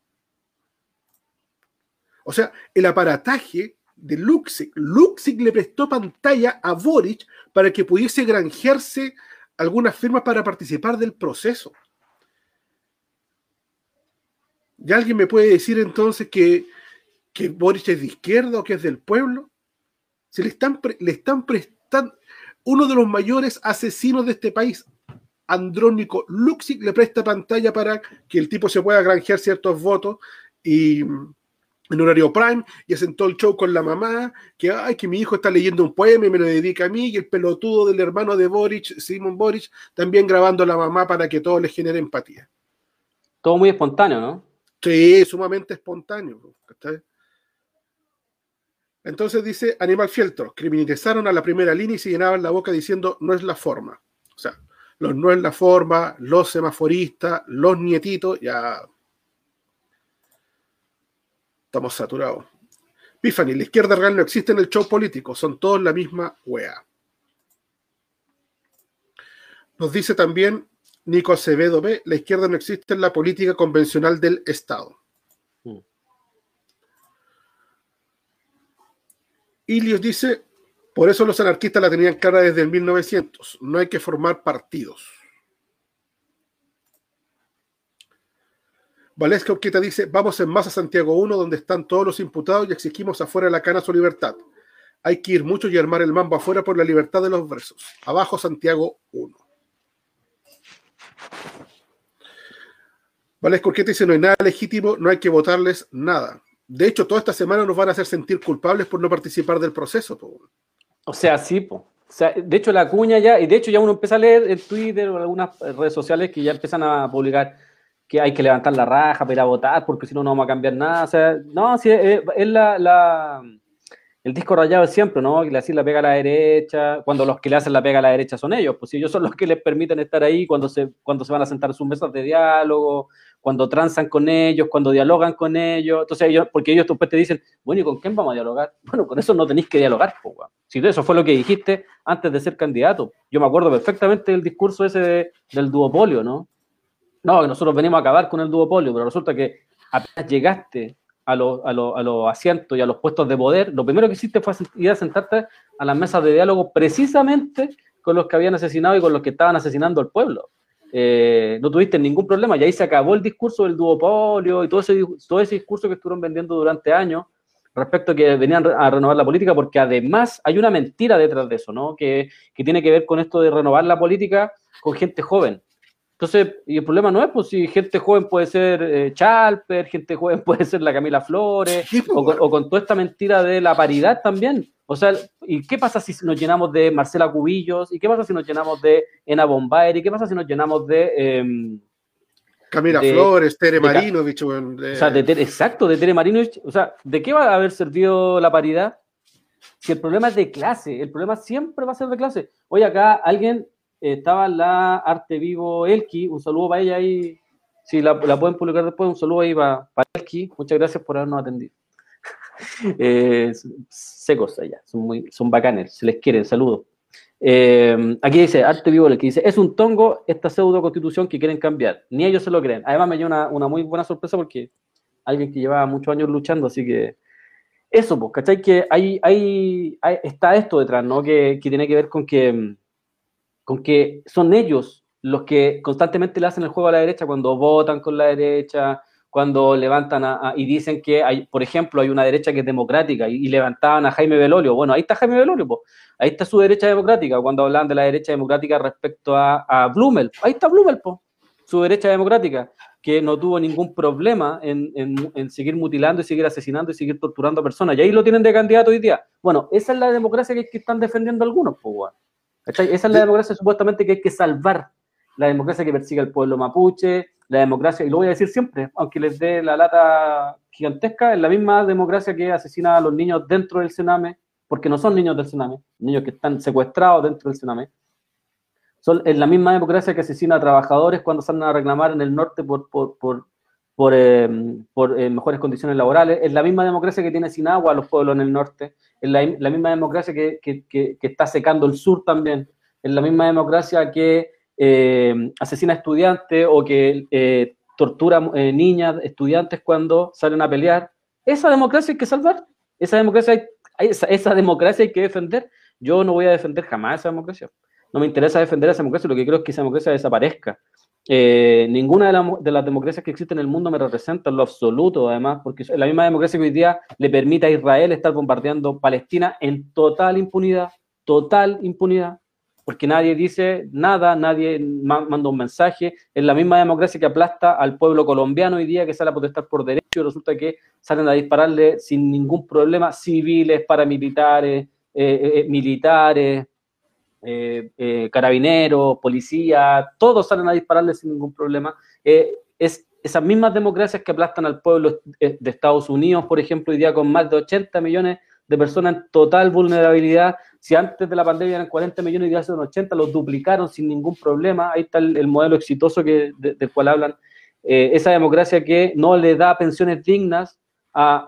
O sea, el aparataje de Luxic le prestó pantalla a Boric para que pudiese granjearse algunas firmas para participar del proceso. ¿Y alguien me puede decir entonces que Boric es de izquierda o que es del pueblo? Se le están prestando. Uno de los mayores asesinos de este país, Andrónico Luxic, le presta pantalla para que el tipo se pueda granjear ciertos votos y en horario prime, y hacen todo el show con la mamá, que mi hijo está leyendo un poema y me lo dedica a mí, y el pelotudo del hermano de Boric, Simón Boric, también grabando a la mamá para que todo le genere empatía. Todo muy espontáneo, ¿no? Sí, sumamente espontáneo. ¿Está? Entonces dice Animal Fieltro, criminalizaron a la primera línea y se llenaban la boca diciendo no es la forma. O sea, los no es la forma, los semaforistas, los nietitos, ya estamos saturados. Pifani, la izquierda real no existe en el show político, son todos la misma wea. Nos dice también Nico Acevedo B, la izquierda no existe en la política convencional del Estado. Ilios dice, por eso los anarquistas la tenían clara desde el 1900, no hay que formar partidos. Valesca Urquieta dice, vamos en masa a Santiago 1, donde están todos los imputados y exigimos afuera la cana su libertad. Hay que ir mucho y armar el mambo afuera por la libertad de los versos. Abajo Santiago 1. Valesca Urquieta dice, no hay nada legítimo, no hay que votarles nada. De hecho, toda esta semana nos van a hacer sentir culpables por no participar del proceso. O sea, sí, po. O sea, de hecho, la cuña ya, y de hecho ya uno empieza a leer en Twitter o algunas redes sociales que ya empiezan a publicar que hay que levantar la raja para ir a votar porque si no, no vamos a cambiar nada. O sea, no, sí, es el disco rayado de siempre, ¿no? Que le hacen la pega a la derecha, cuando los que le hacen la pega a la derecha son ellos, pues si ellos son los que les permiten estar ahí cuando se van a sentar en sus mesas de diálogo, cuando transan con ellos, cuando dialogan con ellos. Entonces porque ellos después te dicen, bueno, ¿y con quién vamos a dialogar? Bueno, con eso no tenéis que dialogar, pues, si eso fue lo que dijiste antes de ser candidato. Yo me acuerdo perfectamente del discurso ese del duopolio, ¿no? No, que nosotros venimos a acabar con el duopolio, pero resulta que apenas llegaste a los asientos y a los puestos de poder, lo primero que hiciste fue ir a sentarte a las mesas de diálogo precisamente con los que habían asesinado y con los que estaban asesinando al pueblo. No tuviste ningún problema, y ahí se acabó el discurso del duopolio y todo ese discurso que estuvieron vendiendo durante años respecto a que venían a renovar la política, porque además hay una mentira detrás de eso, ¿no? Que tiene que ver con esto de renovar la política con gente joven. Entonces, y el problema no es, pues, si gente joven puede ser Chalper, gente joven puede ser la Camila Flores, Sí, pues, o con toda esta mentira de la paridad también. O sea, ¿y qué pasa si nos llenamos de Marcela Cubillos? ¿Y qué pasa si nos llenamos de Ena Bombaer? ¿Y qué pasa si nos llenamos de Camila de- Flores, Tere de Ca- Marinovich, weón, o sea, exacto, de Tere Marinovich? O sea, ¿de qué va a haber servido la paridad? Si el problema es de clase, el problema siempre va a ser de clase. Oye, acá alguien estaba en la Arte Vivo Elki, un saludo para ella ahí, si la pueden publicar después, un saludo ahí para Elki, muchas gracias por habernos atendido. Secos allá, son bacanes, se les quiere, saludos. Aquí dice, Arte Vivo Elki, dice, es un tongo esta pseudo constitución que quieren cambiar, ni ellos se lo creen. Además me dio una muy buena sorpresa porque alguien que llevaba muchos años luchando, así que eso, pues, ¿cachai? Que está esto detrás, ¿no? Que tiene que ver con que son ellos los que constantemente le hacen el juego a la derecha cuando votan con la derecha, cuando levantan y dicen que hay, por ejemplo, hay una derecha que es democrática y levantaban a Jaime Belolio. Bueno, ahí está Jaime Belolio, pues. Ahí está su derecha democrática, cuando hablaban de la derecha democrática respecto a Blumel. Ahí está Blumel, pues, su derecha democrática, que no tuvo ningún problema en seguir mutilando y seguir asesinando y seguir torturando a personas. Y ahí lo tienen de candidato hoy día. Bueno, esa es la democracia que están defendiendo algunos, pues, bueno. ¿Cachai? Esa es la democracia supuestamente que hay que salvar. La democracia que persigue al pueblo mapuche, la democracia, y lo voy a decir siempre, aunque les dé la lata gigantesca, es la misma democracia que asesina a los niños dentro del Sename, porque no son niños del Sename, niños que están secuestrados dentro del Sename. Es la misma democracia que asesina a trabajadores cuando salen a reclamar en el norte por mejores condiciones laborales. Es la misma democracia que tiene sin agua a los pueblos en el norte. Es la misma democracia que está secando el sur también. Es la misma democracia que asesina a estudiantes o que tortura niñas, estudiantes cuando salen a pelear. Esa democracia hay que salvar. Esa democracia hay que defender. Yo no voy a defender jamás esa democracia. No me interesa defender esa democracia, lo que creo es que esa democracia desaparezca. Ninguna de las democracias que existen en el mundo me representa en lo absoluto, además, porque es la misma democracia que hoy día le permite a Israel estar bombardeando Palestina en total impunidad, porque nadie dice nada, nadie manda un mensaje. Es la misma democracia que aplasta al pueblo colombiano hoy día, que sale a protestar por derecho, y resulta que salen a dispararle sin ningún problema civiles, paramilitares, militares, carabineros, policía, todos salen a dispararle sin ningún problema. Es esas mismas democracias que aplastan al pueblo de Estados Unidos, por ejemplo, hoy día con más de 80 millones de personas en total vulnerabilidad. Si antes de la pandemia eran 40 millones y ya son 80, los duplicaron sin ningún problema. Ahí está el modelo exitoso del cual hablan. Esa democracia que no le da pensiones dignas a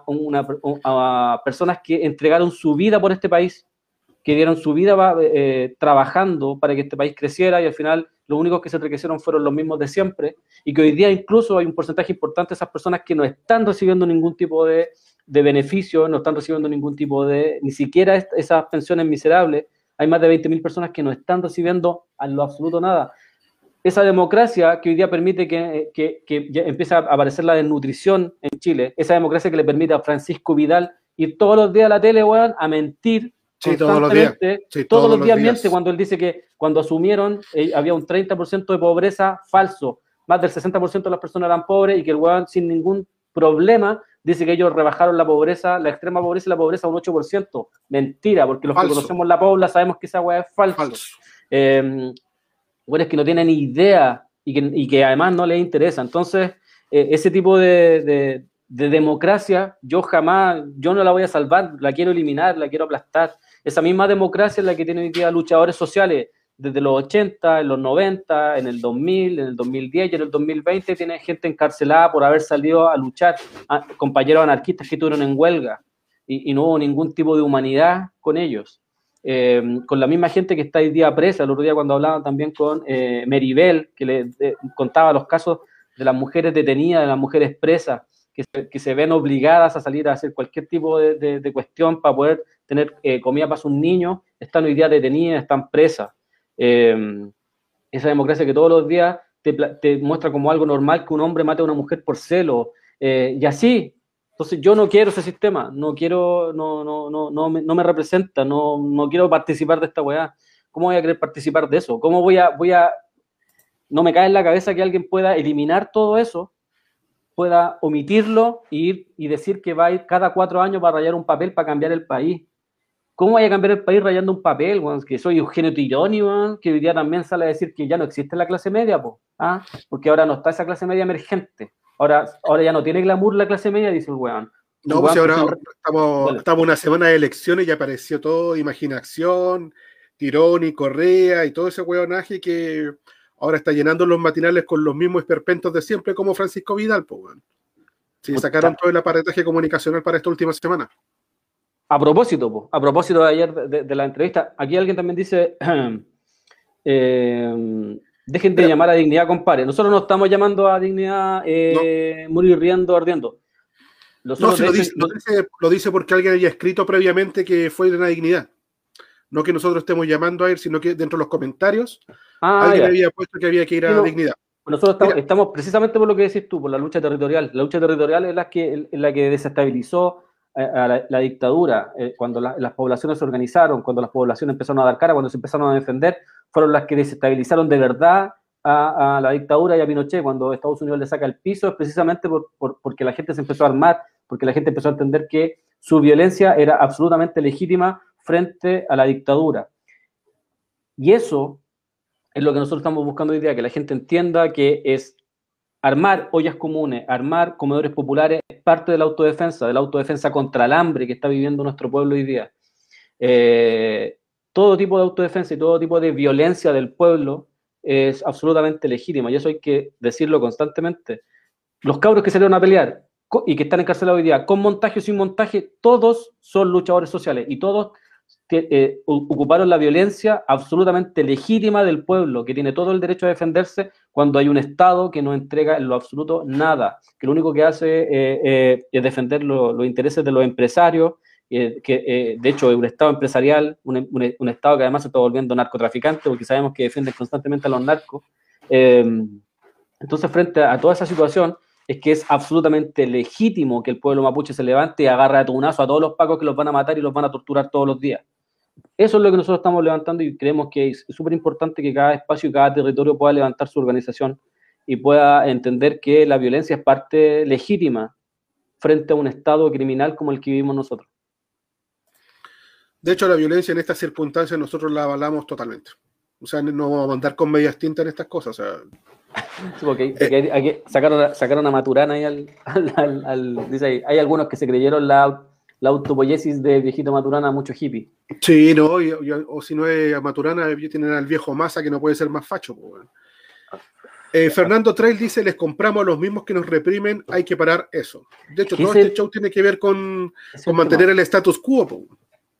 personas que entregaron su vida por este país, que dieron su vida trabajando para que este país creciera, y al final los únicos que se enriquecieron fueron los mismos de siempre, y que hoy día incluso hay un porcentaje importante de esas personas que no están recibiendo ningún tipo de beneficio, no están recibiendo ningún tipo ni siquiera esas pensiones miserables. Hay más de 20.000 personas que no están recibiendo en lo absoluto nada. Esa democracia que hoy día permite que ya empiece a aparecer la desnutrición en Chile, esa democracia que le permite a Francisco Vidal ir todos los días a la tele, weón, a mentir. Sí, todos los días. Sí, todos los días miente cuando él dice que cuando asumieron había un 30% de pobreza falso, más del 60% de las personas eran pobres, y que el weón sin ningún problema dice que ellos rebajaron la pobreza, la extrema pobreza y la pobreza a un 8%. Mentira, porque los falso. Que conocemos la pobla sabemos que esa weá es falso. Bueno, es que no tienen ni idea y que además no les interesa. Entonces, ese tipo de democracia, yo no la voy a salvar, la quiero eliminar, la quiero aplastar. Esa misma democracia es la que tienen hoy día luchadores sociales desde los 80, en los 90, en el 2000, en el 2010 y en el 2020 tiene gente encarcelada por haber salido a luchar, compañeros anarquistas que estuvieron en huelga, y no hubo ningún tipo de humanidad con ellos. Con la misma gente que está hoy día presa. El otro día cuando hablaban también con Meribel, que le contaba los casos de las mujeres detenidas, de las mujeres presas, que se ven obligadas a salir a hacer cualquier tipo de cuestión para poder tener comida para sus niños, están hoy día detenidas, están presas. esa democracia que todos los días te muestra como algo normal que un hombre mate a una mujer por celo, y así. Entonces yo no quiero ese sistema, no quiero, no me representa, no quiero participar de esta weá. ¿Cómo voy a querer participar de eso? ¿Cómo voy a no me cae en la cabeza que alguien pueda eliminar todo eso, pueda omitirlo y decir que va a ir cada 4 años para rayar un papel para cambiar el país? ¿Cómo voy a cambiar el país rayando un papel, weón? Que soy Eugenio Tironi, weón, que hoy día también sale a decir que ya no existe la clase media, po, ¿ah? Porque ahora no está esa clase media emergente. Ahora ya no tiene glamour la clase media, dice el weón. No, pues ahora estamos una semana de elecciones y apareció todo, imaginación, Tironi, Correa y todo ese weonaje que ahora está llenando los matinales con los mismos esperpentos de siempre, como Francisco Vidal, pues, weón. Sí, sacaron todo el aparataje comunicacional para esta última semana. A propósito de ayer de la entrevista, aquí alguien también dice, dejen de llamar a dignidad, compadre. Nosotros no estamos llamando a dignidad morir riendo, ardiendo. No, si lo dice porque alguien había escrito previamente que fue de una dignidad. No que nosotros estemos llamando a él, sino que dentro de los comentarios alguien había puesto que había que ir a dignidad. Nosotros estamos precisamente por lo que decís tú, por la lucha territorial. La lucha territorial es la que desestabilizó a la dictadura, cuando las poblaciones se organizaron, cuando las poblaciones empezaron a dar cara, cuando se empezaron a defender, fueron las que desestabilizaron de verdad a la dictadura y a Pinochet. Cuando Estados Unidos le saca el piso es precisamente porque la gente se empezó a armar, porque la gente empezó a entender que su violencia era absolutamente legítima frente a la dictadura. Y eso es lo que nosotros estamos buscando hoy día, que la gente entienda que es armar ollas comunes, armar comedores populares, es parte de la autodefensa contra el hambre que está viviendo nuestro pueblo hoy día. Todo tipo de autodefensa y todo tipo de violencia del pueblo es absolutamente legítima, y eso hay que decirlo constantemente. Los cabros que salieron a pelear y que están encarcelados hoy día, con montaje o sin montaje, todos son luchadores sociales y todos ocuparon la violencia absolutamente legítima del pueblo, que tiene todo el derecho a defenderse cuando hay un Estado que no entrega en lo absoluto nada, que lo único que hace es defender los intereses de los empresarios, que de hecho es un Estado empresarial, un Estado que además se está volviendo narcotraficante, porque sabemos que defienden constantemente a los narcos. Entonces, frente a toda esa situación, es que es absolutamente legítimo que el pueblo mapuche se levante y agarre a tunazo a todos los pacos que los van a matar y los van a torturar todos los días. Eso es lo que nosotros estamos levantando, y creemos que es súper importante que cada espacio y cada territorio pueda levantar su organización y pueda entender que la violencia es parte legítima frente a un Estado criminal como el que vivimos nosotros. De hecho, la violencia en estas circunstancias nosotros la avalamos totalmente. O sea, no vamos a andar con medias tintas en estas cosas. O sea, sí, porque aquí sacaron a Maturana ahí dice ahí, hay algunos que se creyeron la autopoiesis de viejito Maturana, mucho hippie. Sí, no, o si no es a Maturana, tienen al viejo Massa, que no puede ser más facho. Fernando Trail dice, les compramos a los mismos que nos reprimen, hay que parar eso. De hecho, todo este show tiene que ver con mantener el status quo.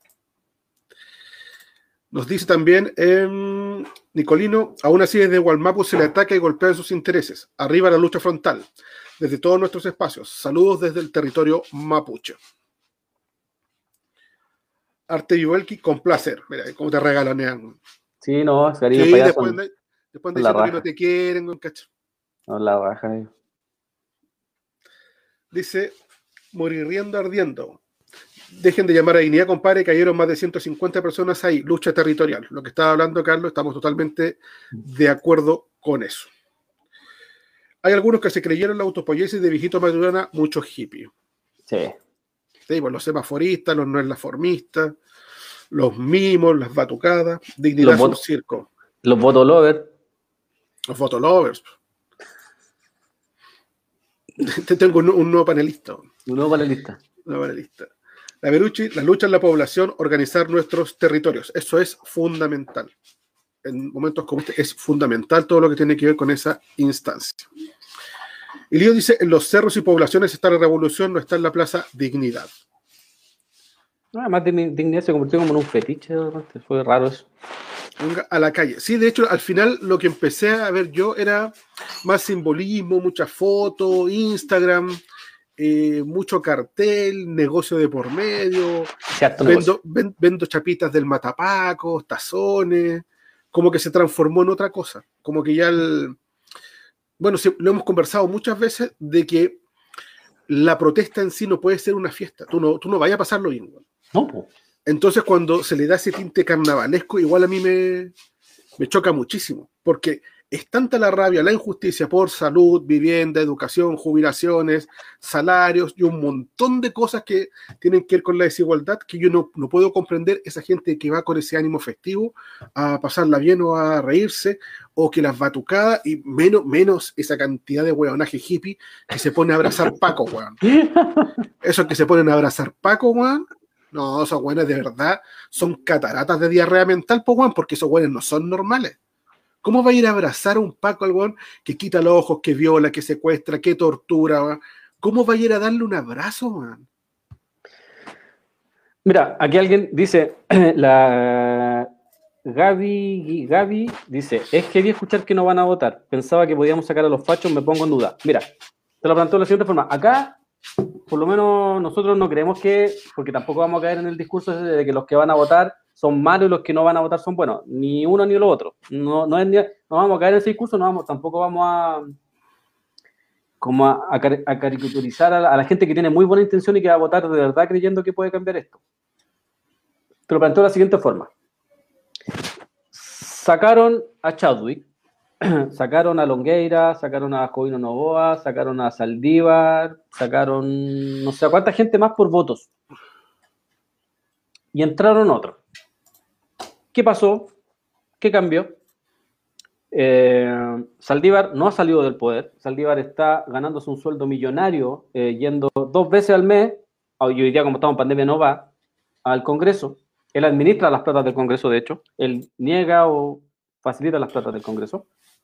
Nos dice también Nicolino, aún así desde Gualmapu se le ataca y golpea sus intereses. Arriba la lucha frontal, desde todos nuestros espacios. Saludos desde el territorio mapuche. Arte Vivuelki, con placer. Mira, cómo te regalonean. Sí, no, sí, después diciendo que no te quieren, ¿cacho? No, la baja. Dice, morir riendo ardiendo. Dejen de llamar a dignidad, compadre, cayeron más de 150 personas ahí, lucha territorial. Lo que estaba hablando Carlos, estamos totalmente de acuerdo con eso. Hay algunos que se creyeron la autopoiesis de viejito Maturana, muchos hippies. Sí. Sí, pues los semaforistas, los no enlaformistas, los mimos, las batucadas, dignidad es un circo. Los votolovers. Los fotolovers. Te tengo un nuevo panelista. Un nuevo panelista. La lucha en la población, organizar nuestros territorios. Eso es fundamental. En momentos como este es fundamental todo lo que tiene que ver con esa instancia. Y Lío dice, en los cerros y poblaciones está la revolución, no está en la plaza Dignidad. Además, Dignidad se convirtió como en un fetiche, fue raro eso. A la calle. Sí, de hecho, al final lo que empecé a ver yo era más simbolismo, muchas fotos, Instagram, mucho cartel, negocio de por medio, vendo chapitas del Matapacos, tazones, como que se transformó en otra cosa, como que ya bueno, lo hemos conversado muchas veces de que la protesta en sí no puede ser una fiesta, tú no vayas a pasarlo bien, güey. No, po. Entonces cuando se le da ese tinte carnavalesco, igual a mí me choca muchísimo, porque es tanta la rabia, la injusticia por salud, vivienda, educación, jubilaciones, salarios y un montón de cosas que tienen que ver con la desigualdad, que yo no puedo comprender esa gente que va con ese ánimo festivo a pasarla bien o a reírse, o que las batucadas, y menos esa cantidad de hueonaje hippie que se pone a abrazar Paco, weón. Esos que se ponen a abrazar Paco, weón. No, esos weones de verdad son cataratas de diarrea mental, pues, weón, porque esos weones no son normales. ¿Cómo va a ir a abrazar a un Paco al weón que quita los ojos, que viola, que secuestra, que tortura, weón? ¿Cómo va a ir a darle un abrazo, weón? Mira, aquí alguien dice, la Gaby dice, es heavy escuchar que no van a votar. Pensaba que podíamos sacar a los fachos, me pongo en duda. Mira, te lo planteo de la siguiente forma. Acá, por lo menos nosotros no creemos que, porque tampoco vamos a caer en el discurso de que los que van a votar son malos y los que no van a votar son buenos. Ni uno ni lo otro. No vamos a caer en ese discurso, tampoco vamos a caricaturizar a la gente que tiene muy buena intención y que va a votar de verdad creyendo que puede cambiar esto. Te lo planteo de la siguiente forma. Sacaron a Chadwick, sacaron a Longueira, sacaron a Jovino Novoa, sacaron a Saldívar, sacaron no sé a cuánta gente más por votos. Y entraron otros. ¿Qué pasó? ¿Qué cambió? Saldívar no ha salido del poder. Saldívar está ganándose un sueldo millonario, yendo 2 veces al mes, y hoy día como estamos en pandemia no va, al Congreso. Él administra las platas del Congreso, de hecho. Él niega o facilita las platas del Congreso.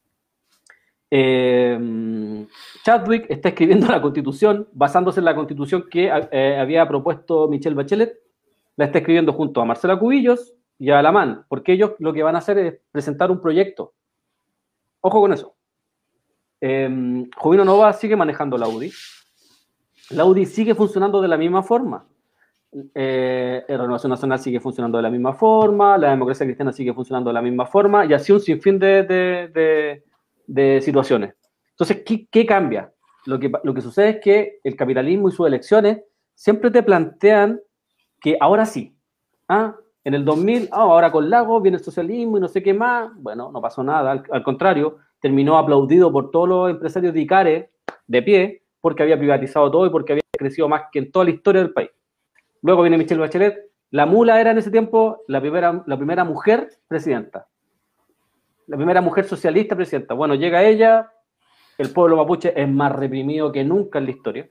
Chadwick está escribiendo la Constitución, basándose en la Constitución que había propuesto Michelle Bachelet. La está escribiendo junto a Marcela Cubillos y a Alamán, porque ellos lo que van a hacer es presentar un proyecto. Ojo con eso. Jovino Novoa sigue manejando la UDI. La UDI sigue funcionando de la misma forma. Renovación Nacional sigue funcionando de la misma forma, la Democracia Cristiana sigue funcionando de la misma forma, y así un sinfín de situaciones. Entonces, ¿qué cambia? Lo que sucede es que el capitalismo y sus elecciones siempre te plantean que ahora sí, en el 2000, ahora con Lagos viene el socialismo y no sé qué más. Bueno, no pasó nada, al contrario, terminó aplaudido por todos los empresarios de Icare de pie, porque había privatizado todo y porque había crecido más que en toda la historia del país. Luego viene Michelle Bachelet. La mula era en ese tiempo la primera mujer presidenta. La primera mujer socialista presidenta. Bueno, llega ella, el pueblo mapuche es más reprimido que nunca en la historia.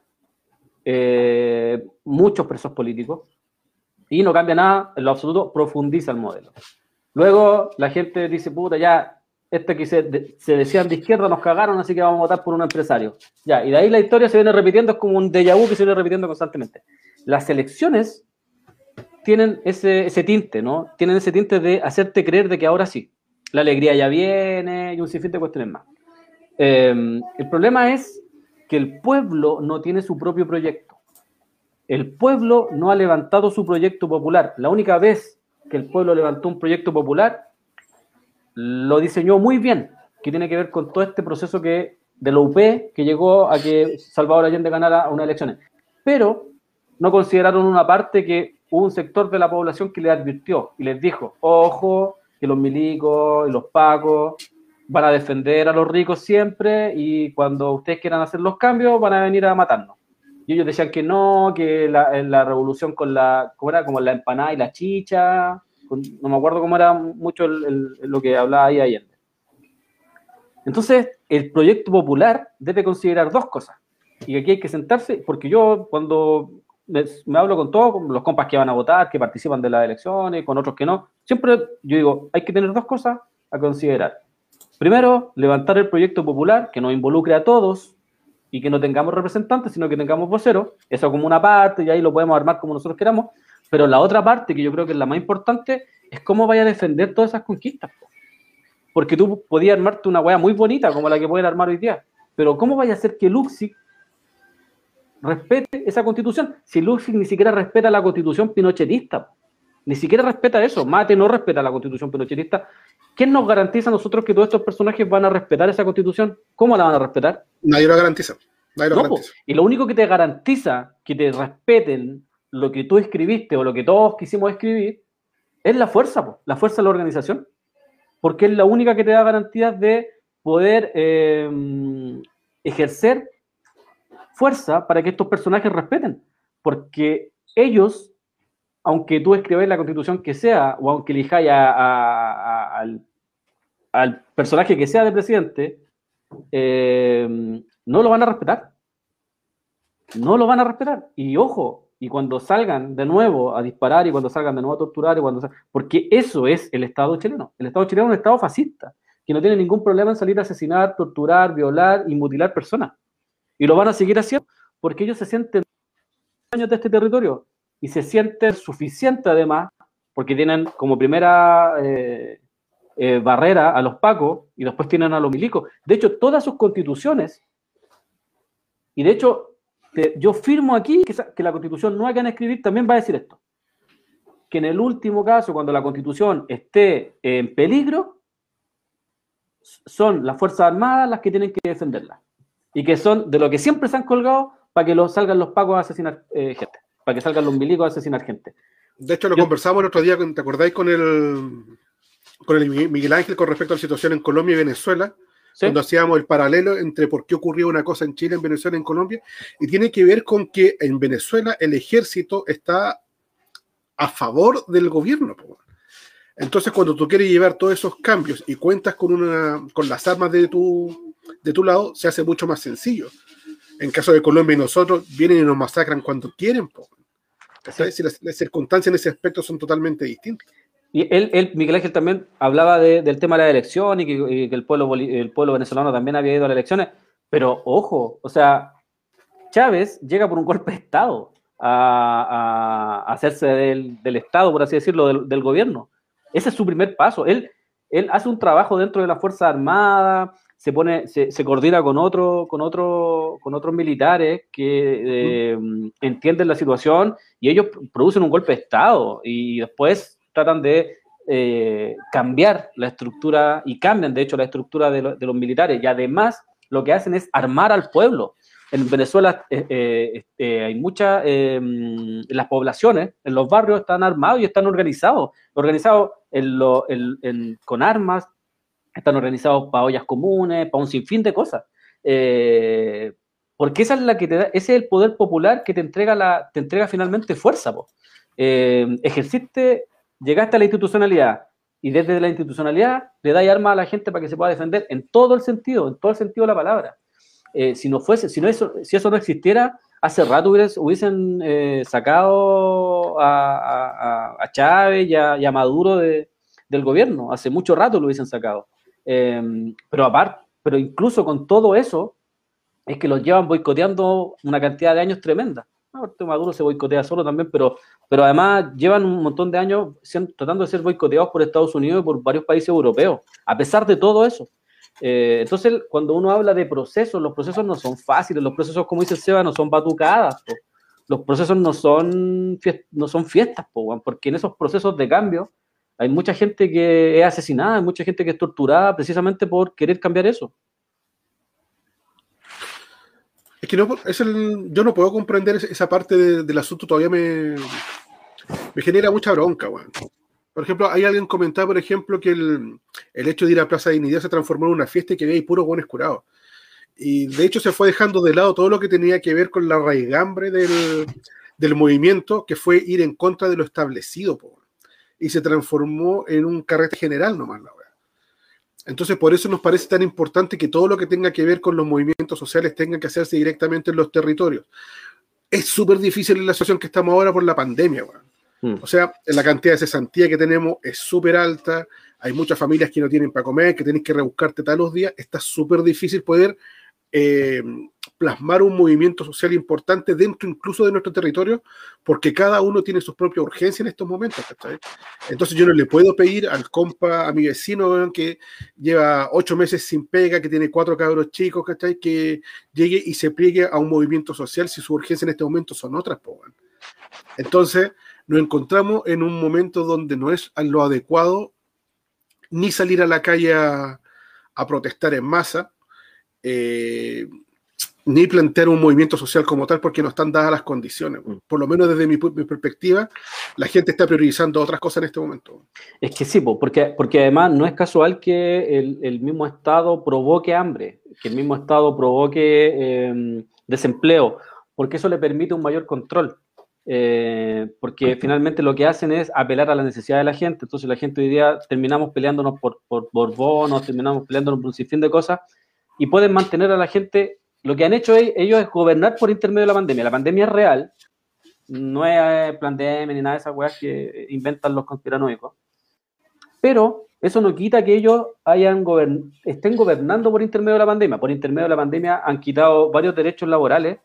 Muchos presos políticos. Y no cambia nada, en lo absoluto, profundiza el modelo. Luego la gente dice, puta, ya, que se decían de izquierda nos cagaron, así que vamos a votar por un empresario. Ya, y de ahí la historia se viene repitiendo, es como un déjà vu que se viene repitiendo constantemente. Las elecciones tienen ese tinte, ¿no? Tienen ese tinte de hacerte creer de que ahora sí, la alegría ya viene y un sinfín de cuestiones más. El problema es que el pueblo no tiene su propio proyecto. El pueblo no ha levantado su proyecto popular. La única vez que el pueblo levantó un proyecto popular lo diseñó muy bien, que tiene que ver con todo este proceso de la UP que llegó a que Salvador Allende ganara unas elecciones. Pero no consideraron una parte que hubo un sector de la población que le advirtió y les dijo, ojo, que los milicos y los pacos van a defender a los ricos siempre y cuando ustedes quieran hacer los cambios van a venir a matarnos. Y ellos decían que no, que la revolución ¿cómo era? Como la empanada y la chicha, no me acuerdo cómo era mucho lo que hablaba ahí Allende. Entonces, el proyecto popular debe considerar 2 cosas. Y aquí hay que sentarse, porque yo cuando me hablo con todos, con los compas que van a votar, que participan de las elecciones, con otros que no, siempre yo digo, hay que tener 2 cosas a considerar. Primero, levantar el proyecto popular, que nos involucre a todos, y que no tengamos representantes, sino que tengamos voceros, eso como una parte, y ahí lo podemos armar como nosotros queramos, pero la otra parte, que yo creo que es la más importante, es cómo vaya a defender todas esas conquistas. Porque tú podías armarte una hueá muy bonita, como la que pueden armar hoy día, pero ¿cómo vaya a hacer que Luxig respete esa constitución? Si Luxig ni siquiera respeta la constitución pinochetista. Ni siquiera respeta eso. Mate no respeta la constitución pinochetista. ¿Quién nos garantiza a nosotros que todos estos personajes van a respetar esa constitución? ¿Cómo la van a respetar? Nadie lo garantiza. Nadie lo No, garantiza. y lo único que te garantiza que te respeten lo que tú escribiste o lo que todos quisimos escribir es la fuerza de la organización. Porque es la única que te da garantías de poder ejercer fuerza para que estos personajes respeten. Porque ellos, aunque tú escribáis la constitución que sea, o aunque elijáis al personaje que sea de presidente, no lo van a respetar. No lo van a respetar. Y ojo, y cuando salgan de nuevo a disparar, y cuando salgan de nuevo a torturar, porque eso es el Estado chileno. El Estado chileno es un Estado fascista, que no tiene ningún problema en salir a asesinar, torturar, violar y mutilar personas. Y lo van a seguir haciendo, porque ellos se sienten dueños de este territorio, y se sienten suficiente además, porque tienen como primera barrera a los pacos, y después tienen a los milicos. De hecho, todas sus constituciones, y de hecho, yo firmo aquí que la constitución nueva que van a escribir también va a decir esto, que en el último caso, cuando la constitución esté en peligro, son las Fuerzas Armadas las que tienen que defenderla, y que son de lo que siempre se han colgado para que salgan los pacos a asesinar gente, para que salgan los milicos a asesinar gente. De hecho, lo conversamos el otro día, ¿te acordáis? Con el Miguel Ángel con respecto a la situación en Colombia y Venezuela, ¿sí? Cuando hacíamos el paralelo entre por qué ocurrió una cosa en Chile, en Venezuela y en Colombia, y tiene que ver con que en Venezuela el ejército está a favor del gobierno. Entonces, cuando tú quieres llevar todos esos cambios y cuentas con las armas de tu lado, se hace mucho más sencillo. En caso de Colombia y nosotros, vienen y nos masacran cuando quieren. Sí. Si las circunstancias en ese aspecto son totalmente distintas. Y Miguel Ángel también hablaba del tema de la elección y que el pueblo venezolano también había ido a las elecciones, pero ojo, o sea, Chávez llega por un golpe de Estado a hacerse del Estado, por así decirlo, del gobierno. Ese es su primer paso. Él hace un trabajo dentro de la Fuerza Armada, se coordina con otros militares que entienden la situación, y ellos producen un golpe de Estado y después tratan de cambiar la estructura, y cambian de hecho la estructura de los militares, y además lo que hacen es armar al pueblo. En Venezuela hay muchas, las poblaciones, en los barrios están armados y están organizados con armas, están organizados para ollas comunes, para un sinfín de cosas. Porque esa es la que te da, ese es el poder popular que te entrega finalmente fuerza. Llegaste a la institucionalidad, y desde la institucionalidad le dais armas a la gente para que se pueda defender en todo el sentido de la palabra. Si eso no existiera, hace rato hubiesen sacado a Chávez y a Maduro del gobierno, hace mucho rato lo hubiesen sacado. Pero incluso con todo eso, es que los llevan boicoteando una cantidad de años tremenda. Maduro se boicotea solo también, pero además llevan un montón de años tratando de ser boicoteados por Estados Unidos y por varios países europeos, a pesar de todo eso. Entonces, cuando uno habla de procesos, los procesos no son fáciles, los procesos, como dice Seba, no son batucadas, los procesos no son fiestas, porque en esos procesos de cambio hay mucha gente que es asesinada, hay mucha gente que es torturada precisamente por querer cambiar eso. Es que yo no puedo comprender esa parte del asunto, todavía me genera mucha bronca, weón. Por ejemplo, hay alguien comentaba, por ejemplo, que el hecho de ir a Plaza Dignidad se transformó en una fiesta y que había ahí puros buenos curados. Y de hecho se fue dejando de lado todo lo que tenía que ver con la raigambre del movimiento, que fue ir en contra de lo establecido, y se transformó en un carrete general nomás, la weá. Entonces, por eso nos parece tan importante que todo lo que tenga que ver con los movimientos sociales tenga que hacerse directamente en los territorios. Es súper difícil en la situación que estamos ahora por la pandemia, weón. O sea, la cantidad de cesantía que tenemos es súper alta, hay muchas familias que no tienen para comer, que tenés que rebuscarte todos los días, está súper difícil poder plasmar un movimiento social importante dentro incluso de nuestro territorio, porque cada uno tiene su propia urgencia en estos momentos, ¿cachai? Entonces yo no le puedo pedir al compa, a mi vecino, que lleva 8 meses sin pega, que tiene 4 cabros chicos, ¿cachai? Que llegue y se pliegue a un movimiento social si su urgencia en este momento son otras, Entonces, nos encontramos en un momento donde no es lo adecuado ni salir a la calle a protestar en masa, ni plantear un movimiento social como tal, porque no están dadas las condiciones. Por lo menos desde mi perspectiva, la gente está priorizando otras cosas en este momento. Es que sí, porque además no es casual que el mismo Estado provoque hambre, que el mismo Estado provoque desempleo, porque eso le permite un mayor control. Porque finalmente lo que hacen es apelar a la necesidad de la gente. Entonces la gente hoy día terminamos peleándonos por bonos, terminamos peleándonos por un sinfín de cosas, y pueden mantener a la gente. Lo que han hecho ellos es gobernar por intermedio de la pandemia. La pandemia es real, no es plan de M ni nada de esas weas que inventan los conspiranoicos, pero eso no quita que ellos estén gobernando por intermedio de la pandemia. Por intermedio de la pandemia han quitado varios derechos laborales.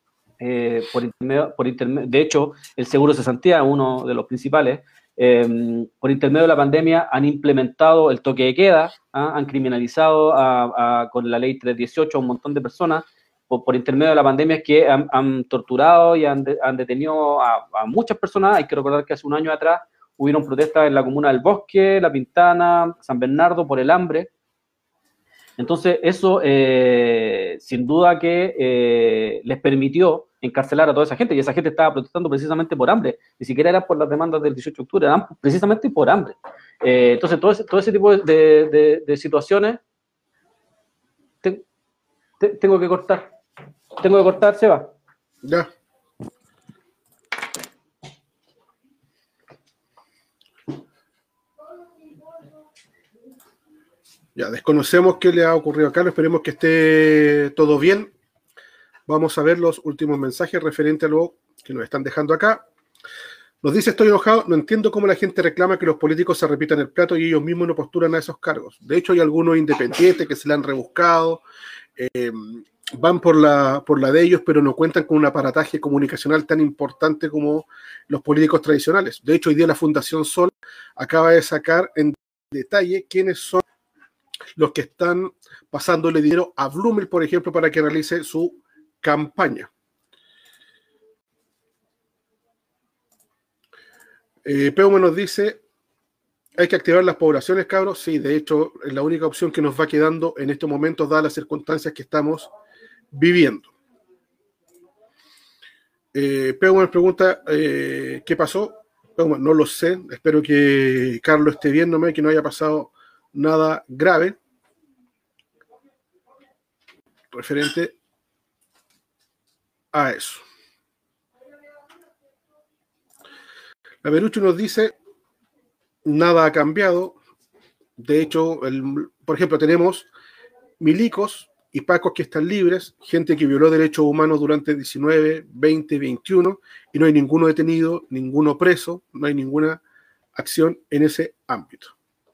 De hecho, el seguro cesantía es uno de los principales. Por intermedio de la pandemia han implementado el toque de queda, han criminalizado con la ley 318 a un montón de personas. Por intermedio de la pandemia es que han torturado y han detenido a muchas personas. Hay que recordar que hace un año atrás hubieron protestas en la comuna del Bosque, La Pintana, San Bernardo por el hambre. Entonces eso sin duda que les permitió encarcelar a toda esa gente, y esa gente estaba protestando precisamente por hambre, ni siquiera era por las demandas del 18 de octubre, eran precisamente por hambre. Entonces todo ese tipo de situaciones tengo que cortar, Seba. Ya. Ya, desconocemos qué le ha ocurrido a Carlos, esperemos que esté todo bien. Vamos a ver los últimos mensajes referente a lo que nos están dejando acá. Nos dice: estoy enojado, no entiendo cómo la gente reclama que los políticos se repitan el plato y ellos mismos no postulan a esos cargos. De hecho, hay algunos independientes que se la han rebuscado, van por la de ellos, pero no cuentan con un aparataje comunicacional tan importante como los políticos tradicionales. De hecho, hoy día la Fundación Sol acaba de sacar en detalle quiénes son los que están pasándole dinero a Blumel, por ejemplo, para que realice su campaña. Peuma nos dice: hay que activar las poblaciones, cabros. Sí, de hecho, es la única opción que nos va quedando en estos momentos, dadas las circunstancias que estamos viviendo. Peuma nos pregunta: ¿qué pasó? Peuma, no lo sé. Espero que Carlos esté viéndome, que no haya pasado nada grave referente a eso. La Berucho nos dice: nada ha cambiado. De hecho, por ejemplo, tenemos milicos y pacos que están libres, gente que violó derechos humanos durante 19, 20, 21, y no hay ninguno detenido, ninguno preso, no hay ninguna acción en ese ámbito.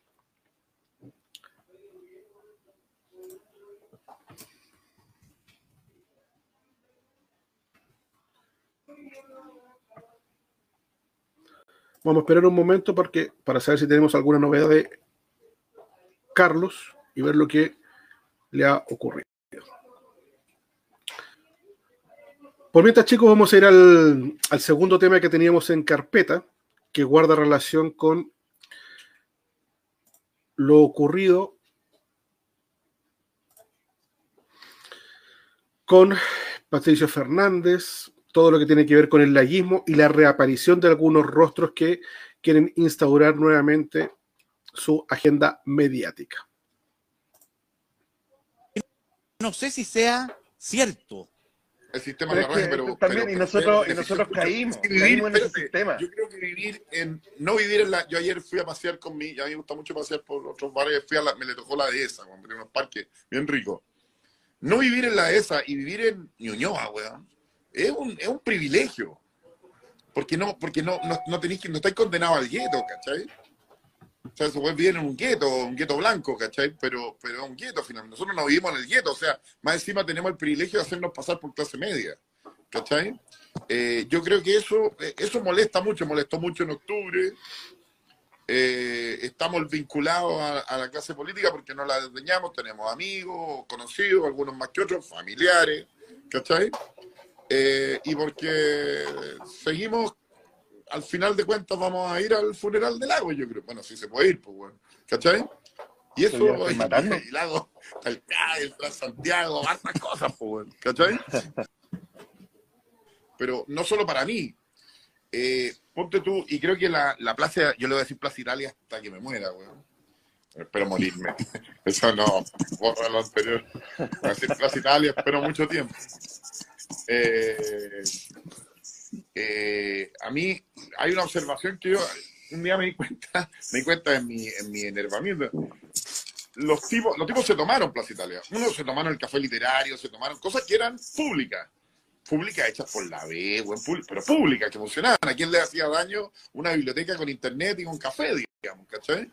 Vamos a esperar un momento para saber si tenemos alguna novedad de Carlos y ver lo que le ha ocurrido. Por mientras, chicos, vamos a ir al segundo tema que teníamos en carpeta, que guarda relación con lo ocurrido con Patricio Fernández, todo lo que tiene que ver con el laguismo y la reaparición de algunos rostros que quieren instaurar nuevamente su agenda mediática. No sé si sea cierto. El sistema de la raja, pero también, y nosotros caímos en ese sistema. Yo creo que yo ayer fui a pasear a mí me gusta mucho pasear por otros bares, me le tocó la dehesa, en unos parques bien ricos. No vivir en la dehesa y vivir en Ñuñoa, weón, es un privilegio. Porque no estáis condenados al gueto, ¿cachai? O sea, se puede vivir en un gueto blanco, ¿cachai? Pero es un gueto, finalmente. Nosotros no vivimos en el gueto, o sea, más encima tenemos el privilegio de hacernos pasar por clase media, ¿cachai? Yo creo que eso molesta mucho, molestó mucho en octubre. Estamos vinculados a la clase política porque no la desdeñamos, tenemos amigos, conocidos, algunos más que otros, familiares, ¿cachai? Y porque seguimos al final de cuentas vamos a ir al funeral de Lago, yo creo. Bueno, sí se puede ir, pues, bueno. ¿Cachai? Y eso, y Lago, el CAE, el Transantiago, hartas cosas, pues, bueno. ¿Cachai? Pero no solo para mí. Ponte tú, y creo que la plaza, yo le voy a decir Plaza Italia hasta que me muera, weón. Espero morirme. Eso no, borra lo anterior. Voy a decir Plaza Italia, espero mucho tiempo. A mí hay una observación que yo un día me di cuenta en mi enervamiento. Los tipos se tomaron Plaza Italia. Unos se tomaron el café literario, se tomaron cosas que eran públicas hechas por la B, pero públicas, que funcionaban. ¿A quién le hacía daño una biblioteca con internet y con café, digamos, ¿cachai?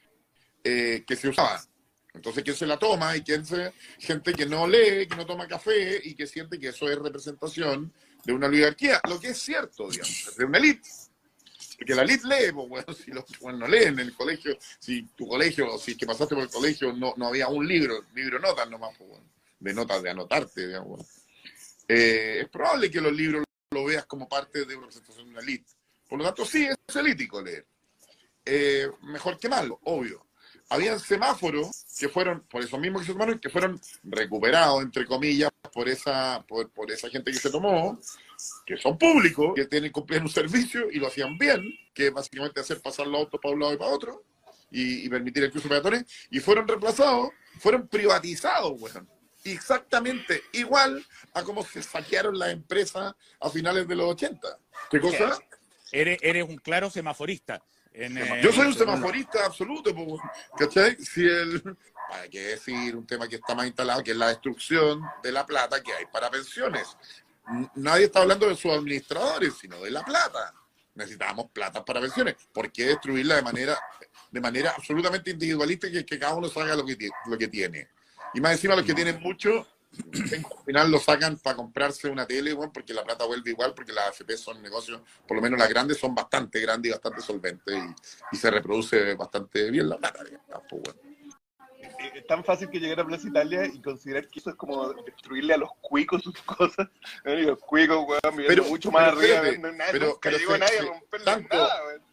Que se usaba. Entonces, ¿quién se la toma? Y gente que no lee, que no toma café y que siente que eso es representación de una oligarquía. Lo que es cierto, digamos, de una élite. Porque la élite lee, pues, bueno, si los no leen en el colegio, si tu colegio, si que pasaste por el colegio no había un libro notas nomás, pues, bueno, de notas de anotarte, digamos. Bueno. Es probable que los libros lo veas como parte de una representación de una élite. Por lo tanto, sí, es elítico leer. Mejor que malo, obvio. Habían semáforos que fueron, por eso mismo que se tomaron, que fueron recuperados, entre comillas, por esa gente que se tomó, que son públicos, que cumplían un servicio y lo hacían bien, que es básicamente hacer pasar los autos para un lado y para otro, y permitir el cruce de peatones, y fueron reemplazados, fueron privatizados, weón. Exactamente igual a como se saquearon las empresas a finales de los 80. ¿Qué cosa? Eres un claro semaforista. Yo soy un semaforista absoluto, ¿cachai? ¿Para qué decir un tema que está más instalado, que es la destrucción de la plata que hay para pensiones? Nadie está hablando de sus administradores, sino de la plata. Necesitamos plata para pensiones. ¿Por qué destruirla de manera absolutamente individualista y que cada uno saca lo que tiene? Y más encima los que tienen mucho, al final lo sacan para comprarse una tele, bueno, porque la plata vuelve igual, porque las AFP son negocios, por lo menos las grandes son bastante grandes y bastante solventes, y se reproduce bastante bien la plata. Pues, bueno. Es tan fácil que llegar a Plaza Italia y considerar que eso es como destruirle a los cuicos sus cosas. Los cuicos, weón, viviendo mucho más arriba. Nunca llegó nadie a romperle nada, weón.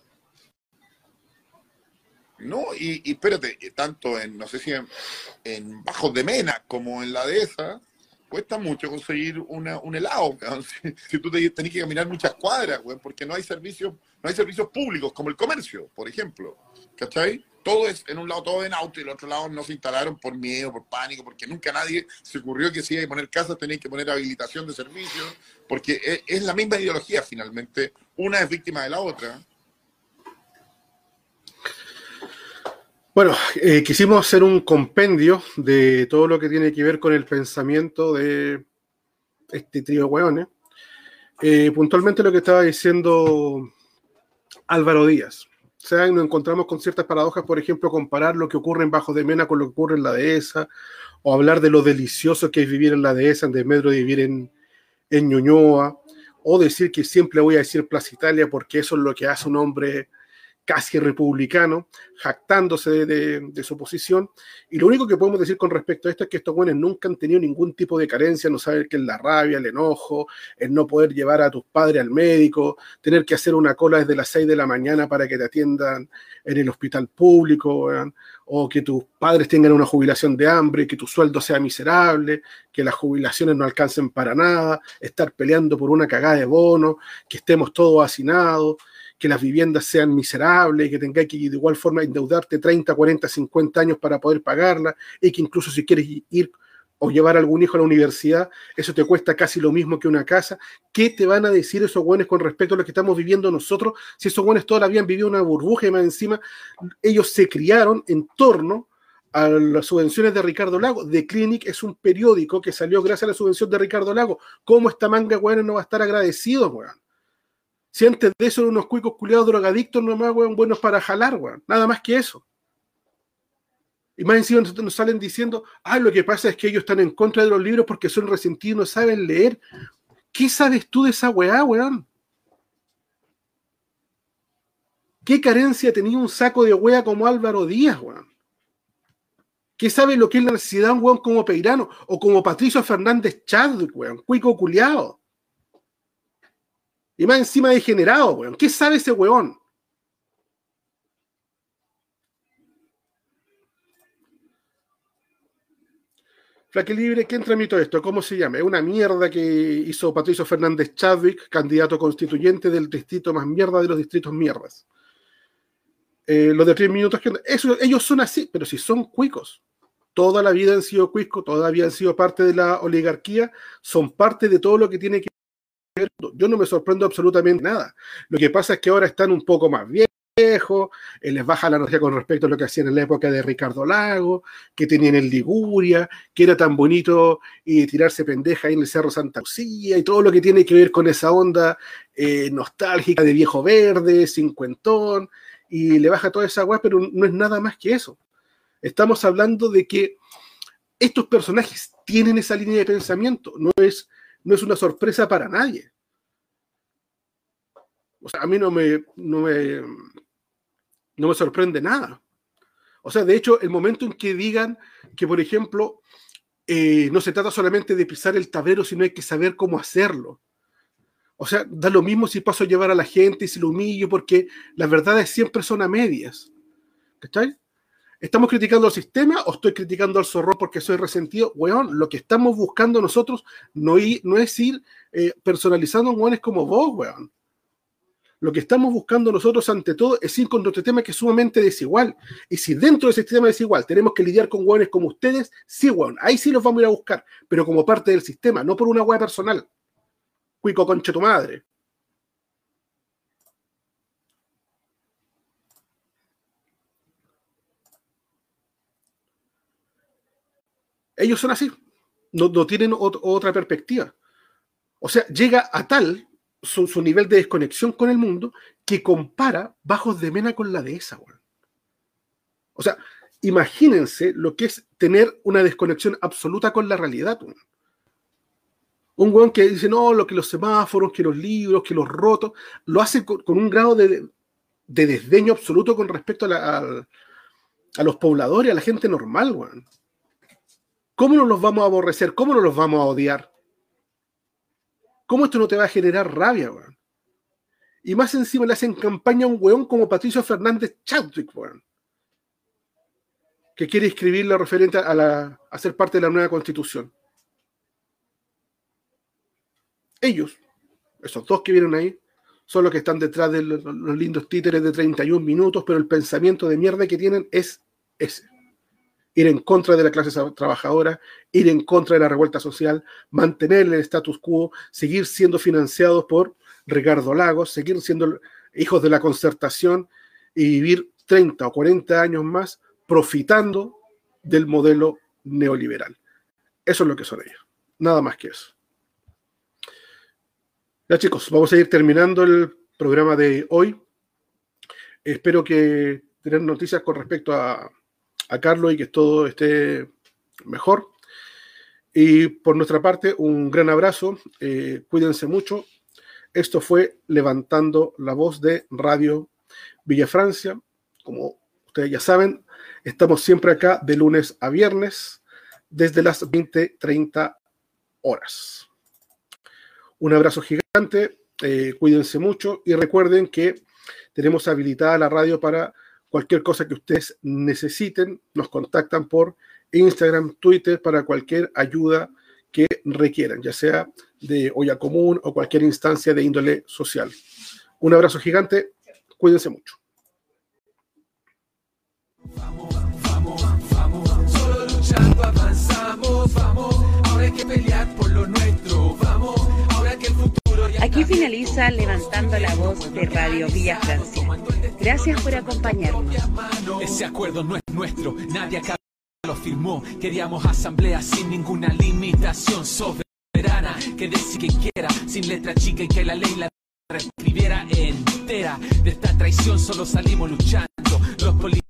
No, y espérate, tanto no sé si en Bajos de Mena como en la dehesa, cuesta mucho conseguir un helado, si tú tenés que caminar muchas cuadras, güey, porque no hay servicios públicos como el comercio, por ejemplo, ¿cachai? Todo es, en un lado todo en auto y en el otro lado no se instalaron por miedo, por pánico, porque nunca nadie se ocurrió que si iba a poner casas tenéis que poner habilitación de servicios, porque es la misma ideología finalmente, una es víctima de la otra. Bueno, quisimos hacer un compendio de todo lo que tiene que ver con el pensamiento de este trío de hueones. Puntualmente lo que estaba diciendo Álvaro Díaz. O sea, nos encontramos con ciertas paradojas, por ejemplo, comparar lo que ocurre en Bajos de Mena con lo que ocurre en la dehesa, o hablar de lo delicioso que es vivir en la dehesa en desmedro de vivir en Ñuñoa, o decir que siempre voy a decir Plaza Italia porque eso es lo que hace un hombre casi republicano, jactándose de su posición, y lo único que podemos decir con respecto a esto es que estos buenos nunca han tenido ningún tipo de carencia, no saben qué es la rabia, el enojo, el no poder llevar a tus padres al médico, tener que hacer una cola desde las 6 de la mañana para que te atiendan en el hospital público, ¿verdad? O que tus padres tengan una jubilación de hambre, que tu sueldo sea miserable, que las jubilaciones no alcancen para nada, estar peleando por una cagada de bono, que estemos todos hacinados, que las viviendas sean miserables y que tengáis que de igual forma endeudarte 30, 40, 50 años para poder pagarlas, y que incluso si quieres ir o llevar a algún hijo a la universidad, eso te cuesta casi lo mismo que una casa. ¿Qué te van a decir esos güeyes con respecto a lo que estamos viviendo nosotros? Si esos güeyes toda la vida han vivido una burbuja y más encima ellos se criaron en torno a las subvenciones de Ricardo Lago. The Clinic es un periódico que salió gracias a la subvención de Ricardo Lago. ¿Cómo esta manga güeyes no va a estar agradecidos, güey? Si antes de eso eran unos cuicos culiados drogadictos nomás, weón, buenos para jalar, weón. Nada más que eso. Y más encima nos salen diciendo, lo que pasa es que ellos están en contra de los libros porque son resentidos y no saben leer. ¿Qué sabes tú de esa weá, weón? ¿Qué carencia tenía un saco de weá como Álvaro Díaz, weón? ¿Qué sabe lo que es la necesidad de un weón como Peirano o como Patricio Fernández Chadwick, weón? Cuico culiado. Y más encima degenerado, weón. ¿Qué sabe ese weón? Flaque Libre, ¿quién tramitó esto? ¿Cómo se llama? Es una mierda que hizo Patricio Fernández Chadwick, candidato constituyente del distrito más mierda de los distritos mierdas. Los de 3 minutos, ellos son así, pero si son cuicos. Toda la vida han sido cuicos, todavía han sido parte de la oligarquía, son parte de todo lo que tiene que ver. Yo no me sorprendo absolutamente nada. Lo que pasa es que ahora están un poco más viejos, les baja la energía con respecto a lo que hacían en la época de Ricardo Lago, que tenían en Liguria, que era tan bonito y tirarse pendeja ahí en el Cerro Santa Lucía y todo lo que tiene que ver con esa onda nostálgica de viejo verde, cincuentón, y le baja toda esa weá, pero no es nada más que eso. Estamos hablando de que estos personajes tienen esa línea de pensamiento, no es una sorpresa para nadie. O sea, a mí no me sorprende nada. O sea, de hecho, el momento en que digan que, por ejemplo, no se trata solamente de pisar el tablero, sino hay que saber cómo hacerlo. O sea, da lo mismo si paso a llevar a la gente y si lo humillo, porque las verdades siempre son a medias. ¿Cachai? ¿Estamos criticando al sistema o estoy criticando al zorro porque soy resentido? Weón, lo que estamos buscando nosotros no es ir personalizando weones como vos, weón. Lo que estamos buscando nosotros ante todo es ir contra este tema que es sumamente desigual. Y si dentro de ese sistema desigual tenemos que lidiar con hueones como ustedes, sí, hueón, ahí sí los vamos a ir a buscar, pero como parte del sistema, no por una hueá personal. Cuico conche tu madre. Ellos son así, no tienen otra perspectiva. O sea, llega a tal su nivel de desconexión con el mundo que compara Bajos de Mena con la dehesa, weón. O sea, imagínense lo que es tener una desconexión absoluta con la realidad, weón. Un weón que dice, no, lo que los semáforos, que los libros, que los rotos, lo hace con un grado de desdeño absoluto con respecto a los pobladores, a la gente normal, weón. ¿Cómo no los vamos a aborrecer? ¿Cómo no los vamos a odiar? ¿Cómo esto no te va a generar rabia, weón? Y más encima le hacen campaña a un weón como Patricio Fernández Chadwick, weón, que quiere escribirlo referente a ser parte de la nueva Constitución. Ellos, esos dos que vienen ahí, son los que están detrás de los lindos títeres de 31 minutos, pero el pensamiento de mierda que tienen es ese. Ir en contra de la clase trabajadora, ir en contra de la revuelta social, mantener el status quo, seguir siendo financiados por Ricardo Lagos, seguir siendo hijos de la concertación y vivir 30 o 40 años más profitando del modelo neoliberal. Eso es lo que son ellos. Nada más que eso. Ya, chicos, vamos a ir terminando el programa de hoy. Espero que tener noticias con respecto a Carlos y que todo esté mejor. Y por nuestra parte, un gran abrazo. Cuídense mucho. Esto fue Levantando la Voz de Radio Villa Francia. Como ustedes ya saben, estamos siempre acá de lunes a viernes desde las 20:30 horas. Un abrazo gigante. Cuídense mucho y recuerden que tenemos habilitada la radio para cualquier cosa que ustedes necesiten. Nos contactan por Instagram, Twitter, para cualquier ayuda que requieran, ya sea de olla común o cualquier instancia de índole social. Un abrazo gigante. Cuídense mucho. Vamos, vamos, vamos. Solo luchando avanzamos. Vamos, ahora hay que pelear por lo nuestro. Vamos, ahora que el futuro ya Aquí finaliza Levantando la Voz de Radio Villa Francia. Gracias por acompañarnos. Ese acuerdo no es nuestro, nadie acá lo firmó. Queríamos asamblea sin ninguna limitación, soberana, que decir que quiera, sin letra chica y que la ley la reescribiera entera. De esta traición solo salimos luchando. Los políticos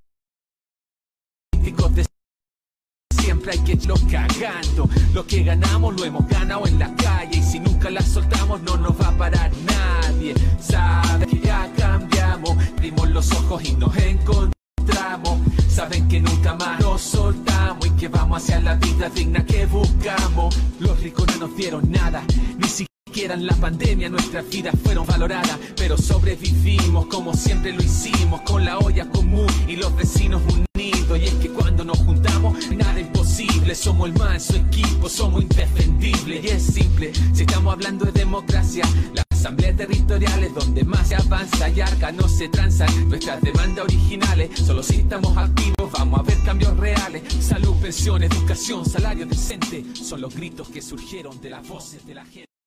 de siempre hay que irlos cagando. Lo que ganamos lo hemos ganado en la calle, y si nunca la soltamos no nos va a parar nadie. Sabe que ya cambiamos, abrimos los ojos y nos encontramos. Saben que nunca más nos soltamos y que vamos hacia la vida digna que buscamos. Los ricos no nos dieron nada, ni siquiera siquiera en la pandemia nuestras vidas fueron valoradas, pero sobrevivimos como siempre lo hicimos, con la olla común y los vecinos unidos. Y es que cuando nos juntamos, nada imposible, somos el manso equipo, somos indefendibles. Y es simple, si estamos hablando de democracia, la asamblea territorial es donde más se avanza y arca no se transan nuestras demandas originales. Solo si estamos activos vamos a ver cambios reales. Salud, pensión, educación, salario decente, son los gritos que surgieron de las voces de la gente.